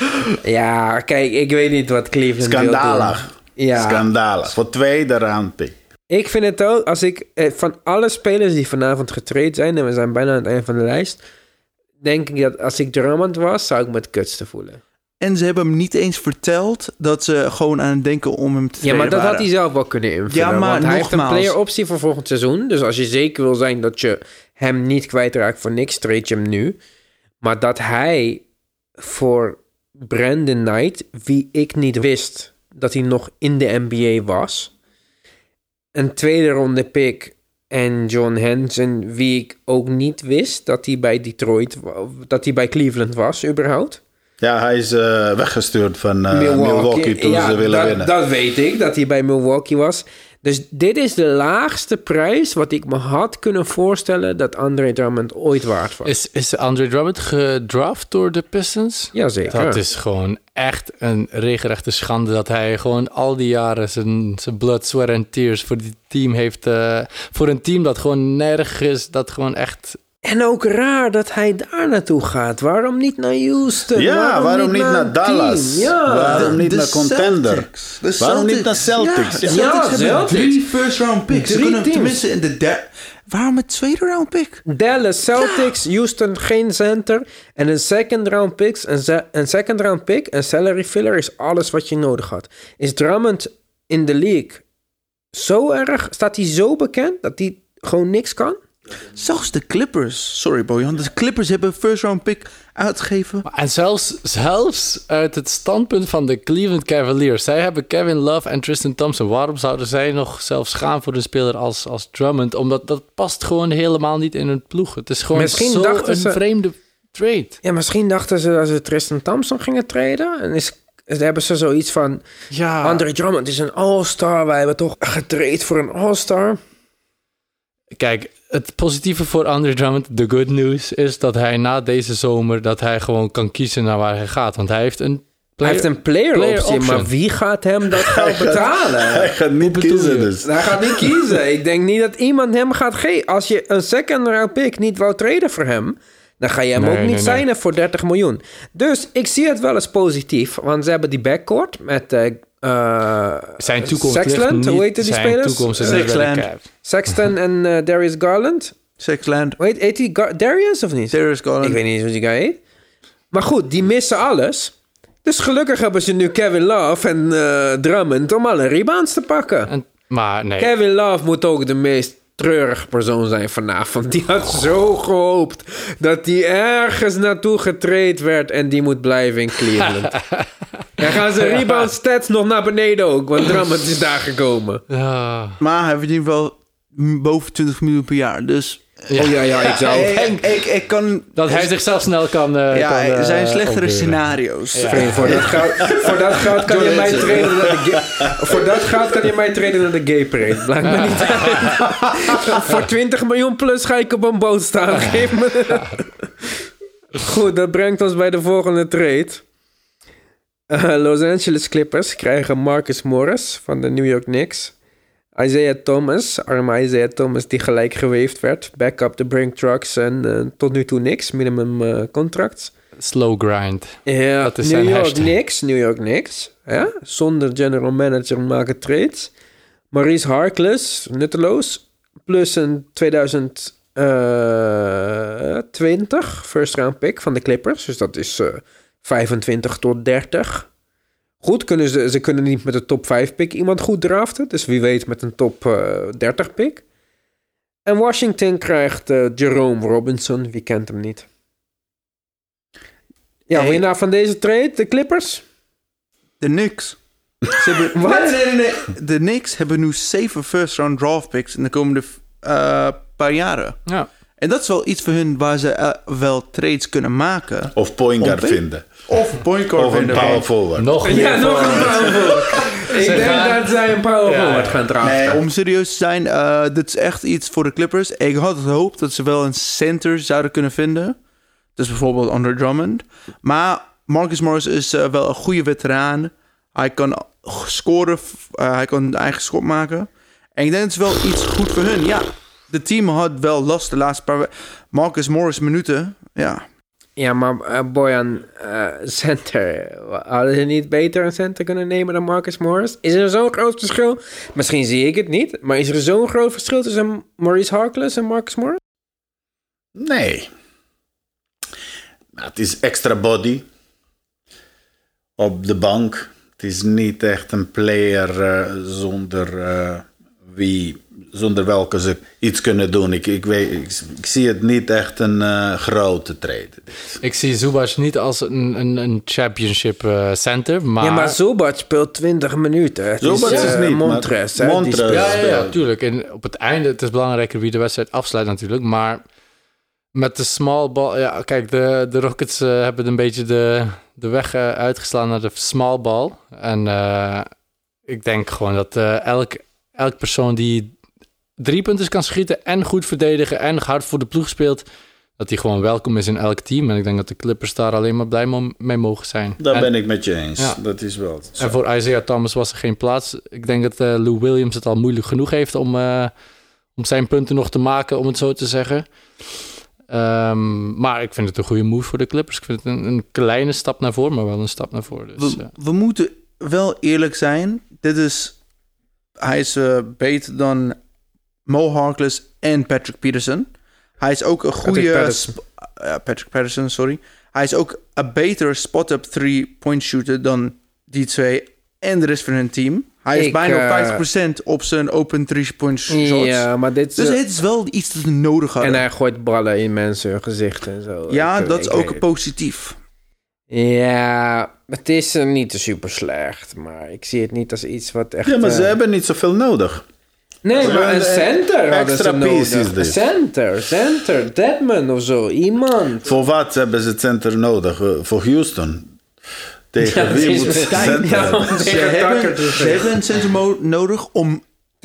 Ja, kijk, ik weet niet wat Cleveland Schandalig. wil doen. Ja. Schandalig. Voor tweede round pick. Ik vind het ook, als ik van alle spelers die vanavond getraind zijn, en we zijn bijna aan het einde van de lijst, denk ik dat als ik Drummond was, zou ik me het kutste voelen. En ze hebben hem niet eens verteld dat ze gewoon aan het denken om hem te traden. Ja, maar dat had hij zelf wel kunnen invullen. Ja, maar want hij heeft een nogmaals, player-optie voor volgend seizoen. Dus als je zeker wil zijn dat je hem niet kwijtraakt voor niks, trade je hem nu. Maar dat hij voor Brandon Knight, wie ik niet wist dat hij nog in de NBA was, een tweede ronde pick en John Henson, wie ik ook niet wist dat hij bij Detroit, dat hij bij Cleveland was überhaupt. Ja, hij is weggestuurd van Milwaukee toen ze willen winnen. Dat weet ik, dat hij bij Milwaukee was. Dus dit is de laagste prijs wat ik me had kunnen voorstellen dat Andre Drummond ooit waard was. Is Andre Drummond gedraft door de Pistons? Jazeker. Dat is gewoon echt een regelrechte schande dat hij gewoon al die jaren zijn blood, sweat en tears voor dit team heeft. Voor een team dat gewoon nergens is, dat gewoon echt. En ook raar dat hij daar naartoe gaat. Waarom niet naar Houston? Ja, waarom niet naar Dallas? Ja. Waarom niet naar Contender? Waarom niet naar Celtics? Ja, Celtics hebben 3 first round picks. Ze kunnen tenminste in de waarom een tweede round pick? Dallas, Celtics, Houston, geen center. En een second round pick. Een second round pick en salary filler is alles wat je nodig had. Is Drummond in de league zo erg? Staat hij zo bekend dat hij gewoon niks kan? Zelfs de Clippers, sorry Bojan, de Clippers hebben een first round pick uitgegeven. En zelfs uit het standpunt van de Cleveland Cavaliers. Zij hebben Kevin Love en Tristan Thompson. Waarom zouden zij nog zelfs gaan voor een speler als Drummond? Omdat dat past gewoon helemaal niet in hun ploeg. Het is gewoon een vreemde trade. Ja, misschien dachten ze dat ze Tristan Thompson gingen traden. En hebben ze zoiets van, ja, Andre Drummond is een all-star. Wij hebben toch getraind voor een all-star. Kijk, het positieve voor Andre Drummond, de good news, is dat hij na deze zomer dat hij gewoon kan kiezen naar waar hij gaat. Want hij heeft een player optie, maar wie gaat hem dat geld betalen? Hij gaat niet kiezen dus. Hij gaat niet kiezen. Ik denk niet dat iemand hem gaat geven. Als je een second round pick niet wou traden voor hem, dan ga je hem ook niet signen voor 30 miljoen. Dus ik zie het wel eens positief, want ze hebben die backcourt met zijn toekomst Sexland, hoe heet die spelers? Sexton en Darius Garland. Sexland. Heet die Darius of niet? Darius Garland. Ik weet niet eens hoe die guy heet. Maar goed, die missen alles. Dus gelukkig hebben ze nu Kevin Love en Drummond om alle rebounds te pakken. Maar nee. Kevin Love moet ook de meest treurige persoon zijn vanavond. Die had zo gehoopt dat hij ergens naartoe getraind werd en die moet blijven in Cleveland. Dan gaan zijn rebound stats nog naar beneden ook, want Drummond is daar gekomen. Ja. Maar hij verdient wel boven 20 miljoen per jaar, dus. Ja, ik zou. Ik kan. Dat hij zichzelf snel kan. Er zijn slechtere scenario's. Ja. Vriend, voor dat geld kan je mij trainen naar de voor dat geld kan je mij trainen naar de gay parade. Blijkbaar niet. Voor 20 miljoen plus ga ik op een boot staan. Geef me. Goed, dat brengt ons bij de volgende trade. Los Angeles Clippers krijgen Marcus Morris van de New York Knicks. Isaiah Thomas, arme Isaiah Thomas die gelijk geweefd werd. Backup de Brink Trucks en tot nu toe niks. Minimum contracts. Slow grind. Ja, Dat is zijn New York Knicks. Ja? Zonder general manager maken trades. Maurice Harkless, nutteloos. Plus een 2020 first round pick van de Clippers. Dus dat is 25 tot 30. Goed, ze kunnen niet met een top 5 pick iemand goed draften. Dus wie weet met een top 30 pick. En Washington krijgt Jerome Robinson. Wie kent hem niet? Ja, winnaar van deze trade, de Clippers? De Knicks. Nee. De Knicks hebben nu 7 first round draft picks in de komende paar jaren. Ja. En dat is wel iets voor hun waar ze wel trades kunnen maken. Of point guard vinden. Of point guard vinden. Of een power forward. Nog een power forward. Ik denk dat zij een power forward gaan draften. Nee, om serieus te zijn, dit is echt iets voor de Clippers. Ik had gehoopt dat ze wel een center zouden kunnen vinden. Dus bijvoorbeeld Andre Drummond. Maar Marcus Morris is wel een goede veteraan. Hij kan scoren. Hij kan een eigen schot maken. En ik denk dat het wel iets goed voor hun. Ja, de team had wel last de laatste paar Marcus Morris minuten. Ja. Ja, maar Bojan, center. Hadden ze niet beter een center kunnen nemen dan Marcus Morris? Is er zo'n groot verschil? Misschien zie ik het niet. Maar is er zo'n groot verschil tussen Maurice Harkless en Marcus Morris? Nee. Het is extra body op de bank. Het is niet echt een player zonder welke ze iets kunnen doen. Ik zie het niet echt een grote trade. Ik zie Zubac niet als een championship center, maar... Ja, maar Zubac speelt 20 minuten. Zubac is niet, Montrez. Ja, tuurlijk. En op het einde, het is belangrijker wie de wedstrijd afsluit natuurlijk, maar... Met de small ball... Ja, kijk, de Rockets hebben een beetje de weg uitgeslaan naar de small ball. En ik denk gewoon dat elk persoon die 3 punten kan schieten en goed verdedigen en hard voor de ploeg speelt, dat die gewoon welkom is in elk team. En ik denk dat de Clippers daar alleen maar blij mee mogen zijn. Daar ben ik met je eens. Ja. Dat is wel zo. En voor Isaiah Thomas was er geen plaats. Ik denk dat Lou Williams het al moeilijk genoeg heeft om zijn punten nog te maken, om het zo te zeggen. Maar ik vind het een goede move voor de Clippers. Ik vind het een kleine stap naar voren, maar wel een stap naar voren. Dus, we moeten wel eerlijk zijn. Hij is beter dan Mo Harkless en Patrick Patterson. Hij is ook een goede... Patrick Patterson, sorry. Hij is ook een betere spot-up 3-point shooter dan die twee en de rest van hun team. Hij is bijna 50% op zijn open 3-point shots. Ja, maar dit dus het is wel iets dat we nodig hadden. En hij gooit ballen in mensen hun gezicht en zo. Ja, dat is ook positief. Ja, het is niet super slecht, maar ik zie het niet als iets wat echt... Ja, maar ze hebben niet zoveel nodig. Nee, maar een center hadden ze piece nodig. Is dit. Center, Deadman of zo, iemand. Voor wat hebben ze het center nodig? Voor Houston? Tegen wie moet ze center hebben? Ze hebben een center nodig om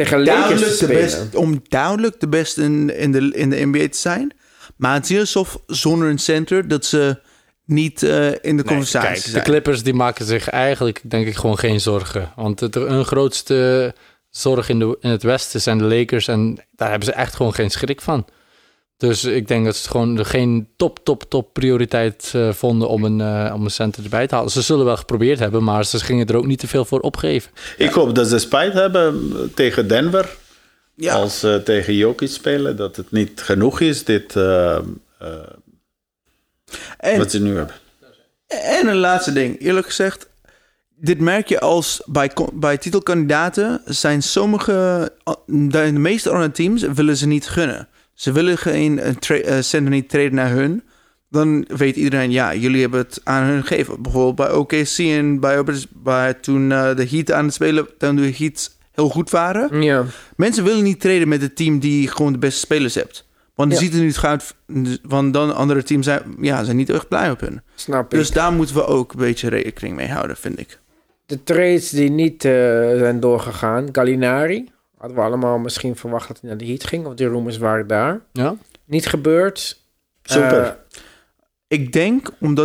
duidelijk de beste in de NBA te zijn. Maar het is alsof zonder een center dat ze niet in de conversatie zijn. De Clippers die maken zich eigenlijk, denk ik, gewoon geen zorgen. Want hun grootste zorg in het Westen zijn de Lakers. En daar hebben ze echt gewoon geen schrik van. Dus ik denk dat ze gewoon geen top prioriteit vonden om een center erbij te halen. Ze zullen wel geprobeerd hebben, maar ze gingen er ook niet te veel voor opgeven. Ik hoop dat ze spijt hebben tegen Denver. Ja. Als ze tegen Jokic spelen, dat het niet genoeg is, wat ze nu hebben. En een laatste ding, eerlijk gezegd. Dit merk je als bij titelkandidaten zijn de meeste andere teams willen ze niet gunnen. Ze willen geen center niet treden naar hun. Dan weet iedereen, ja, jullie hebben het aan hun gegeven. Bijvoorbeeld bij OKC en bij toen de Heat aan het spelen, toen de Heat heel goed waren. Ja. Mensen willen niet treden met het team die gewoon de beste spelers hebt. Want het ziet er niet uit, want dan andere teams zijn niet echt blij op hun. Snap ik. Dus daar moeten we ook een beetje rekening mee houden, vind ik. De trades die niet zijn doorgegaan, Gallinari, hadden we allemaal misschien verwacht dat hij naar de Heat ging, of die rumors waren daar. Ja. Niet gebeurd. Super. Ik denk omdat er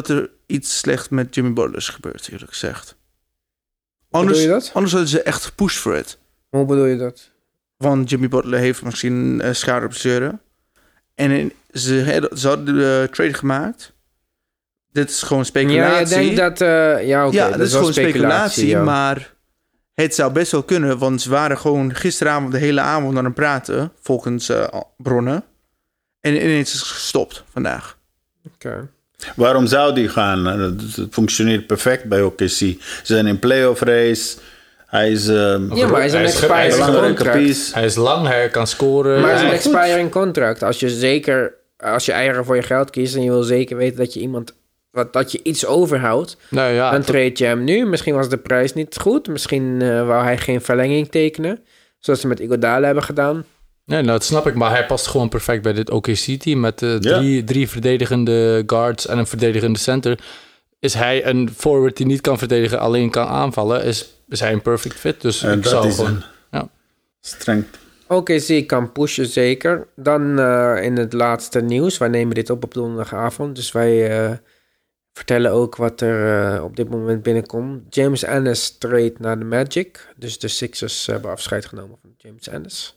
iets slecht met Jimmy Butler is gebeurd, eerlijk gezegd. Bedoel je dat? Anders hadden ze echt gepusht voor het. Hoe bedoel je dat? Want Jimmy Butler heeft misschien schadeblessure. En ze hadden de trade gemaakt. Dit is gewoon speculatie. Ja, je denkt dat... dat is gewoon speculatie, ja. Maar het zou best wel kunnen. Want ze waren gewoon gisteravond de hele avond aan het praten, volgens bronnen. En ineens is het gestopt vandaag. Oké. Waarom zou die gaan? Het functioneert perfect bij OKC. Ze zijn in playoff race. Hij is... maar hij is een expiring contract. Hij is lang, hij kan scoren. Maar hij is een expiring contract. Als je eigen voor je geld kiest en je wil zeker weten dat je iemand... dat je iets overhoudt, dan treed je hem nu. Misschien was de prijs niet goed. Misschien wou hij geen verlenging tekenen. Zoals ze met Iguodala hebben gedaan. Nee, dat snap ik. Maar hij past gewoon perfect bij dit OKC-team. Met drie verdedigende guards en een verdedigende center. Is hij een forward die niet kan verdedigen, alleen kan aanvallen, is hij een perfect fit. Dus ik dat zou is gewoon... streng. OKC kan pushen, zeker. Dan in het laatste nieuws. Wij nemen dit op donderdagavond. Dus wij vertellen ook wat er op dit moment binnenkomt. James Ennis trade naar de Magic. Dus de Sixers hebben afscheid genomen van James Ennis.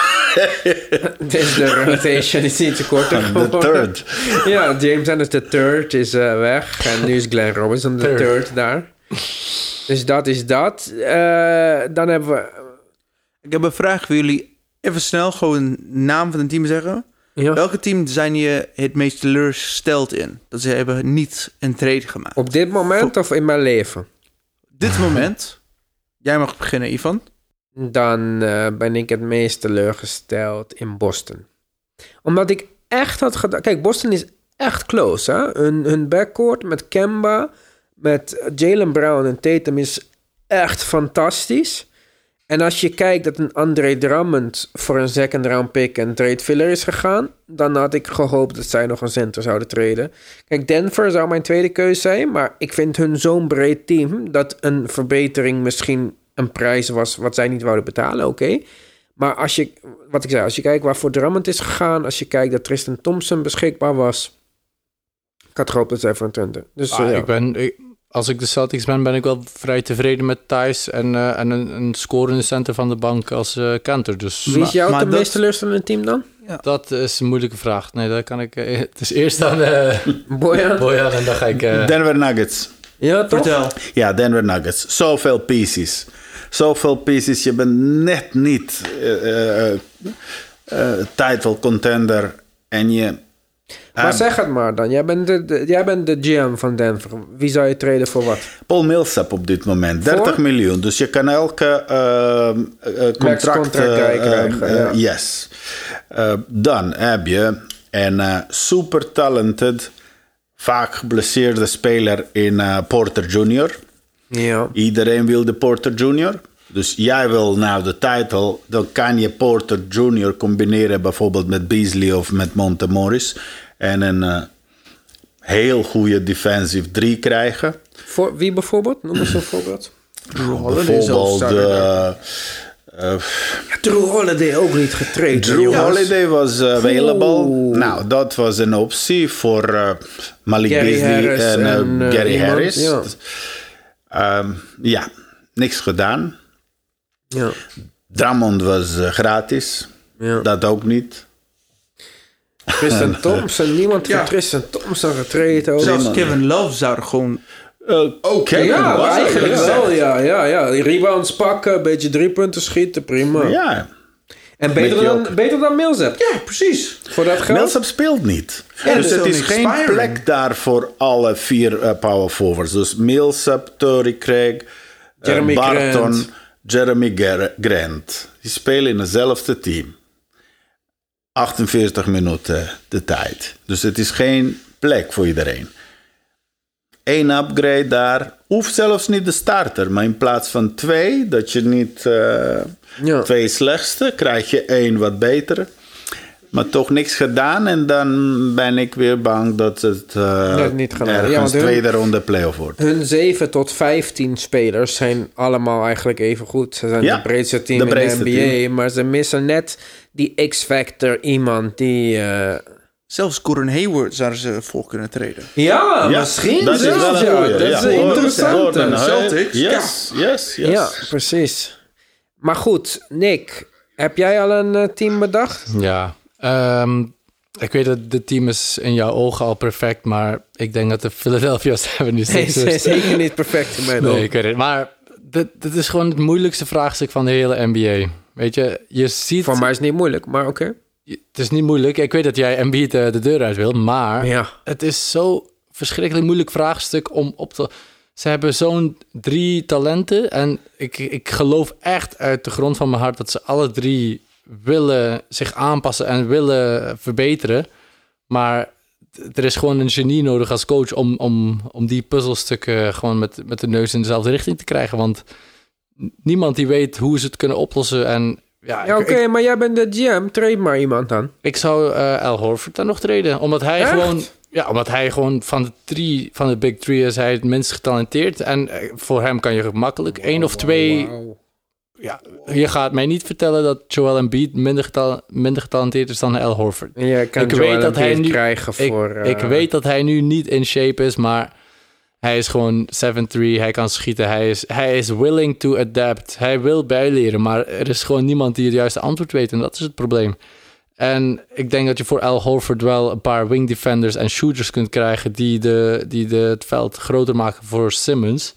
Dus de rotation is niet te kort geworden. De third. Ja, James Ennis de third is weg. En nu is Glenn Robinson de third daar. Dus dat is dat. Dan hebben we... Ik heb een vraag voor jullie. Even snel gewoon naam van een team zeggen. Ja. Welke team zijn je het meest teleurgesteld in? Dat ze hebben niet een trade gemaakt. Op dit moment of in mijn leven? Dit moment. Jij mag beginnen, Ivan. Dan ben ik het meest teleurgesteld in Boston. Omdat ik echt had gedacht... Kijk, Boston is echt close, hè? Hun backcourt met Kemba, met Jaylen Brown en Tatum is echt fantastisch. En als je kijkt dat een Andre Drummond voor een second round pick en trade filler is gegaan, dan had ik gehoopt dat zij nog een center zouden traden. Kijk, Denver zou mijn tweede keuze zijn, maar ik vind hun zo'n breed team dat een verbetering misschien een prijs was wat zij niet wouden betalen, oké. Maar als je kijkt waarvoor Drummond is gegaan, als je kijkt dat Tristan Thompson beschikbaar was, ik had gehoopt dat zij voor een trend. Dus als ik de Celtics ben ik wel vrij tevreden met Thijs en een scorende center van de bank als Kanter. Dus, wie is jou het meest teleurstellende team dan? Ja. Dat is een moeilijke vraag. Nee, dat kan ik... het is eerst aan Bojan en dan ga ik... Denver Nuggets. Ja, toch? Vertel. Ja, Denver Nuggets. Zoveel pieces. Je bent net niet title contender en je... Maar zeg het maar dan. Jij bent de GM van Denver. Wie zou je traden voor wat? Paul Millsap op dit moment. 30 miljoen. Dus je kan elke contract krijgen. Ja. Yes. Dan heb je een super talented, vaak geblesseerde speler in Porter Jr. Ja. Iedereen wil de Porter Jr. Dus jij wil nou de title, dan kan je Porter Jr. combineren bijvoorbeeld met Beasley of met Monte Morris. En een heel goede defensive 3 krijgen. Voor wie bijvoorbeeld? Noem eens een voorbeeld. Bijvoorbeeld... Drew Holiday ook niet getraind. Drew Holiday was available. Nou, dat was een optie voor Malik Beasley en Gary Harris. Ja. Niks gedaan. Ja. Drummond was gratis. Ja. Dat ook niet. Tristan Thompson. Niemand van Tristan Thompson getraind. Ook. Zelfs Kevin Love zou er gewoon... Ja, eigenlijk wel. Ja. Die rebounds pakken, een beetje 3 punten schieten, prima. Ja. En beter dan Millsap. Ja, precies. Voor dat geld. Millsap speelt niet. Ja, dus het is geen plek daar voor alle 4 power forwards. Dus Millsap, Torrey Craig, Barton, Jeremy Grant. Die spelen in hetzelfde team. 48 minuten de tijd. Dus het is geen plek voor iedereen. 1 upgrade daar. Hoeft zelfs niet de starter. Maar in plaats van 2, dat je niet 2 slechtste, krijg je 1 wat betere. Maar toch niks gedaan. En dan ben ik weer bang dat het niet gaan ergens tweede ronde playoff wordt. Hun 7 tot 15 spelers zijn allemaal eigenlijk even goed. Ze zijn het breedste team in de NBA. Team. Maar ze missen net die X-factor. Iemand die Zelfs Gordon Hayward zouden ze voor kunnen treden. Ja, Ja, misschien dat is zelfs, wel een goeie, Dat ja. is interessant. Gordon, Celtics. Yes. Ja, precies. Maar goed, Nick, heb jij al een team bedacht? Ja, ik weet dat de team is in jouw ogen al perfect, maar ik denk dat de Philadelphia 76ers... Nee, zeker niet perfect in mijn Nee, ogen. ik weet het. Maar dit is gewoon het moeilijkste vraagstuk van de hele NBA. Weet je ziet... Voor mij is het niet moeilijk, maar oké. Het is niet moeilijk. Ik weet dat jij Embiid de deur uit wil, maar Ja. het is zo verschrikkelijk moeilijk vraagstuk om op te... Ze hebben zo'n 3 talenten en ik geloof echt uit de grond van mijn hart dat ze alle 3 willen zich aanpassen en willen verbeteren. Maar er is gewoon een genie nodig als coach om die puzzelstukken gewoon met de neus in dezelfde richting te krijgen. Want niemand die weet hoe ze het kunnen oplossen. En Ja, oké, maar jij bent de GM. Trade maar iemand dan. ik zou Al Horford dan nog treden. Omdat hij Echt? gewoon van de Big Three is hij het minst getalenteerd. En voor hem kan je gemakkelijk 1 of 2... Ja, je gaat mij niet vertellen dat Joel Embiid minder getalenteerd is dan Al Horford. En jij kan Ik Joel weet dat hij Embiid nu krijgen voor... Ik weet dat hij nu niet in shape is, maar hij is gewoon 7'3", hij kan schieten, hij is willing to adapt. Hij wil bijleren, maar er is gewoon niemand die het juiste antwoord weet en dat is het probleem. En ik denk dat je voor Al Horford wel een paar wing defenders en shooters kunt krijgen die het veld groter maken voor Simmons.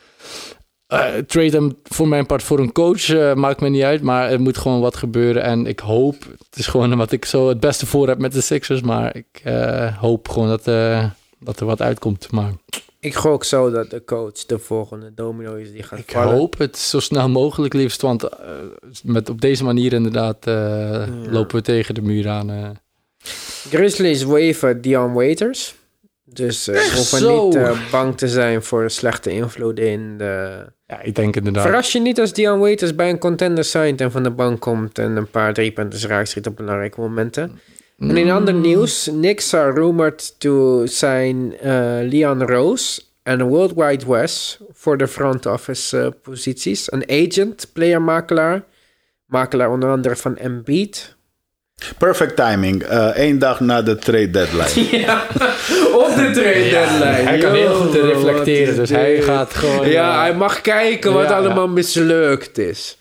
Trade hem voor mijn part voor een coach, maakt me niet uit, maar er moet gewoon wat gebeuren. En ik hoop, het is gewoon omdat ik zo het beste voor heb met de Sixers, maar ik hoop gewoon dat er wat uitkomt. Maar Ik gok zo dat de coach de volgende domino is die gaat ik vallen. hoop het zo snel mogelijk liefst, want op deze manier inderdaad lopen we tegen de muur aan. Grizzlies waven Dion Waiters. Dus we hoeven zo? niet bang te zijn voor slechte invloed in de... Ja, ik denk inderdaad. Verras je niet als Dion Waiters bij een contender signed en van de bank komt en een paar driepunters raakt schiet op belangrijke momenten. En in ander nieuws, Knicks are rumored to sign Leon Rose en een World Wide West voor de front office posities. Een agent, player-makelaar. Makelaar onder andere van Embiid. Perfect timing. 1 dag na de trade deadline. Ja, op de trade deadline. Hij kan heel goed Yo, reflecteren, wat dus is hij dit? gaat gewoon... Ja, hij mag kijken wat Ja, allemaal mislukt is.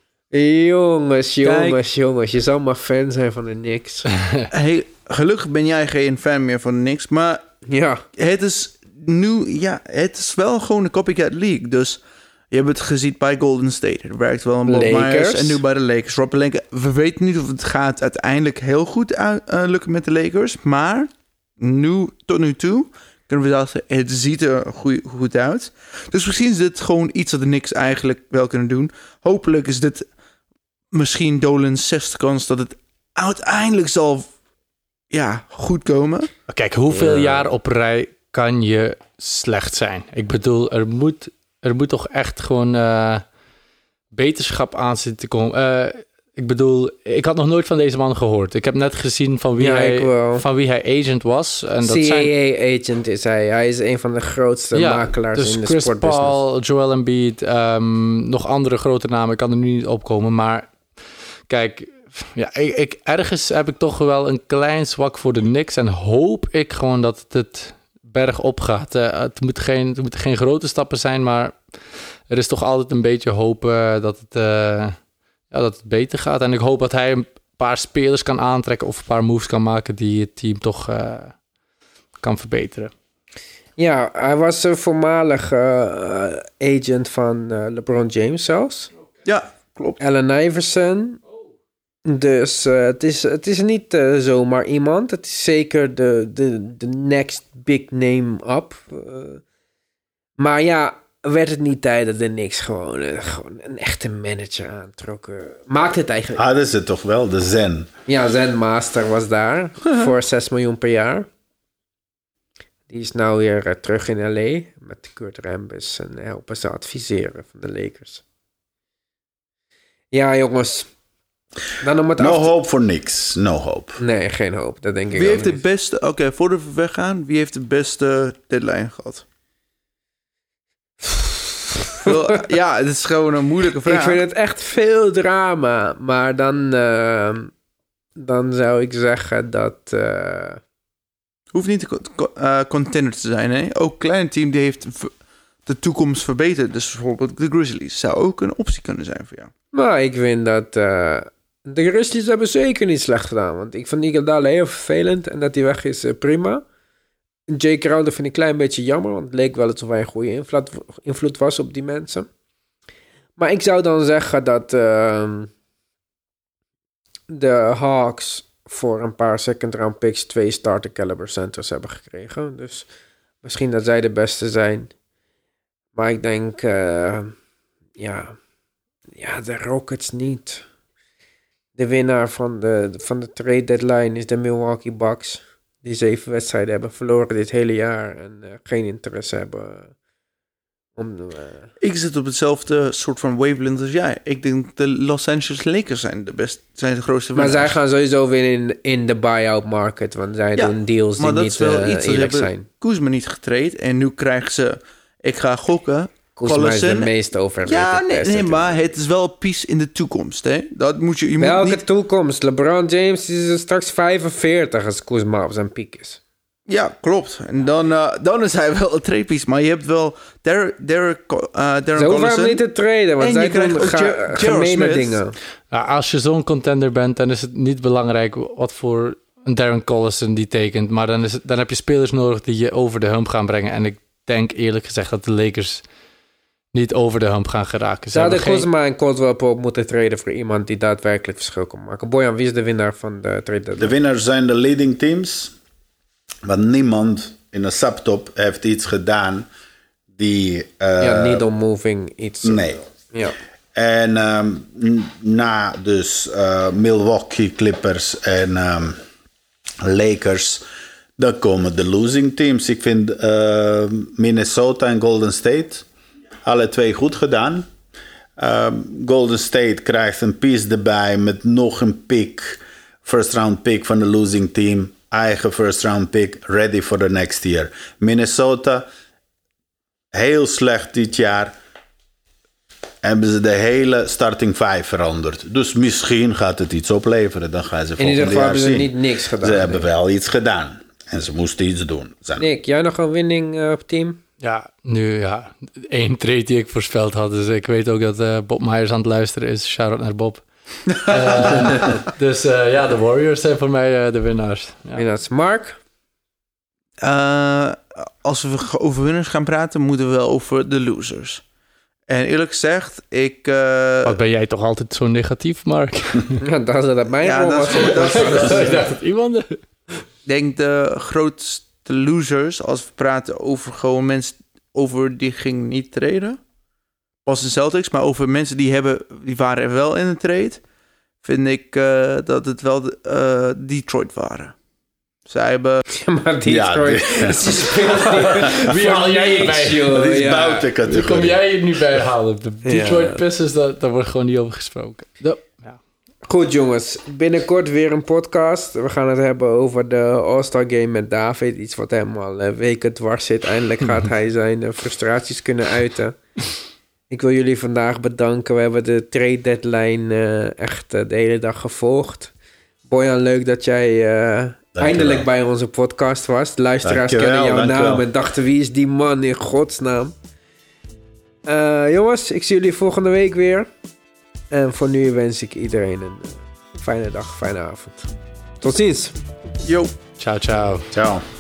Jongens. Je zal maar fan zijn van de Knicks. Hey, gelukkig ben jij geen fan meer van niks, maar Ja. het is nu, het is wel gewoon een copycat league. Dus je hebt het gezien bij Golden State. Het werkt wel in Bob Lakers. Myers en nu bij de Lakers. Rob Pelinka, we weten niet of het gaat uiteindelijk heel goed lukken met de Lakers, maar tot nu toe kunnen we zeggen, het ziet er goed uit. Dus misschien is dit gewoon iets dat de Knicks eigenlijk wel kunnen doen. Hopelijk is dit misschien Dolan's 6e kans dat het uiteindelijk zal goed komen. Kijk, hoeveel jaar op rij kan je slecht zijn? Ik bedoel, er moet toch echt gewoon beterschap aan zitten te komen. Ik bedoel, ik had nog nooit van deze man gehoord. Ik heb net gezien van wie hij agent was. En dat CAA-agent is hij. Hij is een van de grootste makelaars dus in de Chris sportbusiness. Paul, Joel Embiid, nog andere grote namen. Ik kan er nu niet opkomen, maar kijk... Ja, ergens heb ik toch wel een klein zwak voor de Knicks en hoop ik gewoon dat het bergop gaat. Het moeten geen grote stappen zijn, maar er is toch altijd een beetje hoop dat het beter gaat. En ik hoop dat hij een paar spelers kan aantrekken of een paar moves kan maken die het team toch kan verbeteren. Ja, hij was een voormalig agent van LeBron James zelfs. Ja, klopt. Allen Iverson. Dus het is niet zomaar iemand. Het is zeker de next big name up. Maar ja, werd het niet tijd dat de Knicks gewoon een echte manager aantrokken? Maakt het eigenlijk... Hadden ze toch wel, de Zen. Ja, Zen Master was daar voor 6 miljoen per jaar. Die is nou weer terug in L.A. met Kurt Rambis en helpen ze adviseren van de Lakers. Ja, jongens... Dan om het No hope voor niks. No hope. Nee, geen hoop. Dat denk ik Wie ook heeft de niet. beste... Oké, voordat we weggaan, wie heeft de beste deadline gehad? Ja, het is gewoon een moeilijke vraag. Ik vind het echt veel drama. Maar dan zou ik zeggen dat... Hoeft niet contender te zijn, hè? Ook een klein team die heeft de toekomst verbeterd. Dus bijvoorbeeld de Grizzlies zou ook een optie kunnen zijn voor jou. Maar ik vind dat... de Grizzlies hebben zeker niet slecht gedaan. Want ik vond Iguodala heel vervelend. En dat hij weg is, prima. Jay Crowder vind ik een klein beetje jammer. Want het leek wel alsof hij een goede invloed was op die mensen. Maar ik zou dan zeggen dat... de Hawks voor een paar second round picks 2 starter caliber centers hebben gekregen. Dus misschien dat zij de beste zijn. Maar ik denk, de Rockets niet. De winnaar van de trade deadline is de Milwaukee Bucks. Die 7 wedstrijden hebben verloren dit hele jaar en geen interesse hebben om... Ik zit op hetzelfde soort van wavelength als jij. Ik denk de Los Angeles Lakers zijn de grootste winnaars. Maar zij gaan sowieso winnen in de buyout market, want zij doen deals die niet eerlijk zijn. Kuzma niet getraind en nu krijgen ze... Ik ga gokken. Kuzma is de meest overrated. Ja, nee, maar het is wel peace in de toekomst, hè? Dat moet je welke moet niet... toekomst? LeBron James is straks 45 als Kuzma op zijn piek is. Ja, klopt. En dan is hij wel een trade piece. Maar je hebt wel Darren Collison. Ze hoeven hem niet te traden, want zij doen gemene dingen. Ja, als je zo'n contender bent, dan is het niet belangrijk wat voor een Darren Collison die tekent. Maar dan heb je spelers nodig die je over de hump gaan brengen. En ik denk eerlijk gezegd dat de Lakers niet over de hump gaan geraken. Ze hadden Kuzma en Caldwell Pope moeten traden voor iemand die daadwerkelijk verschil kan maken. Bojan, wie is de winnaar van de trade? De winnaars zijn de leading teams. Want niemand in een subtop heeft iets gedaan die... needle moving iets. Nee. Ja. En na dus Milwaukee Clippers en Lakers... dan komen de losing teams. Ik vind Minnesota en Golden State... alle twee goed gedaan. Golden State krijgt een piece erbij... met nog een pick... first round pick van de losing team... eigen first round pick, ready for the next year. Minnesota, heel slecht dit jaar. Hebben ze de hele starting 5 veranderd. Dus misschien gaat het iets opleveren. Dan gaan ze volgend jaar zien. In ieder geval hebben ze niet niks gedaan. Ze hebben wel iets gedaan. En ze moesten iets doen. Nick, jij nog een winning op team? Ja, nu 1 trade die ik voorspeld had. Dus ik weet ook dat Bob Myers aan het luisteren is. Shout-out naar Bob. De Warriors zijn voor mij de winnaars. Ja. Winnaars. Mark? Als we over winnaars gaan praten, moeten we wel over de losers. En eerlijk gezegd, Wat ben jij toch altijd zo negatief, Mark? Ja, dat is dat mijn rol was. Ik dacht dat iemand... Ik denk de grootste losers, als we praten over gewoon mensen over die gingen niet traden, was de Celtics, maar over mensen die waren er wel in een trade, vind ik dat het wel Detroit waren. Zij hebben... Ja, maar Detroit... Wie haal jij hierbij? Dat is buiten categorie. Hoe kom jij het nu bij halen? De Detroit Pistons, daar wordt gewoon niet over gesproken. Ja. Goed jongens, binnenkort weer een podcast. We gaan het hebben over de All-Star Game met David. Iets wat helemaal weken dwars zit. Eindelijk gaat hij zijn frustraties kunnen uiten. Ik wil jullie vandaag bedanken. We hebben de trade deadline echt de hele dag gevolgd. Bojan, leuk dat jij eindelijk bij onze podcast was. De luisteraars kennen jouw naam en dachten, wie is die man in godsnaam? Jongens, ik zie jullie volgende week weer. En voor nu wens ik iedereen een fijne dag, fijne avond. Tot ziens. Yo. Ciao, ciao. Ciao.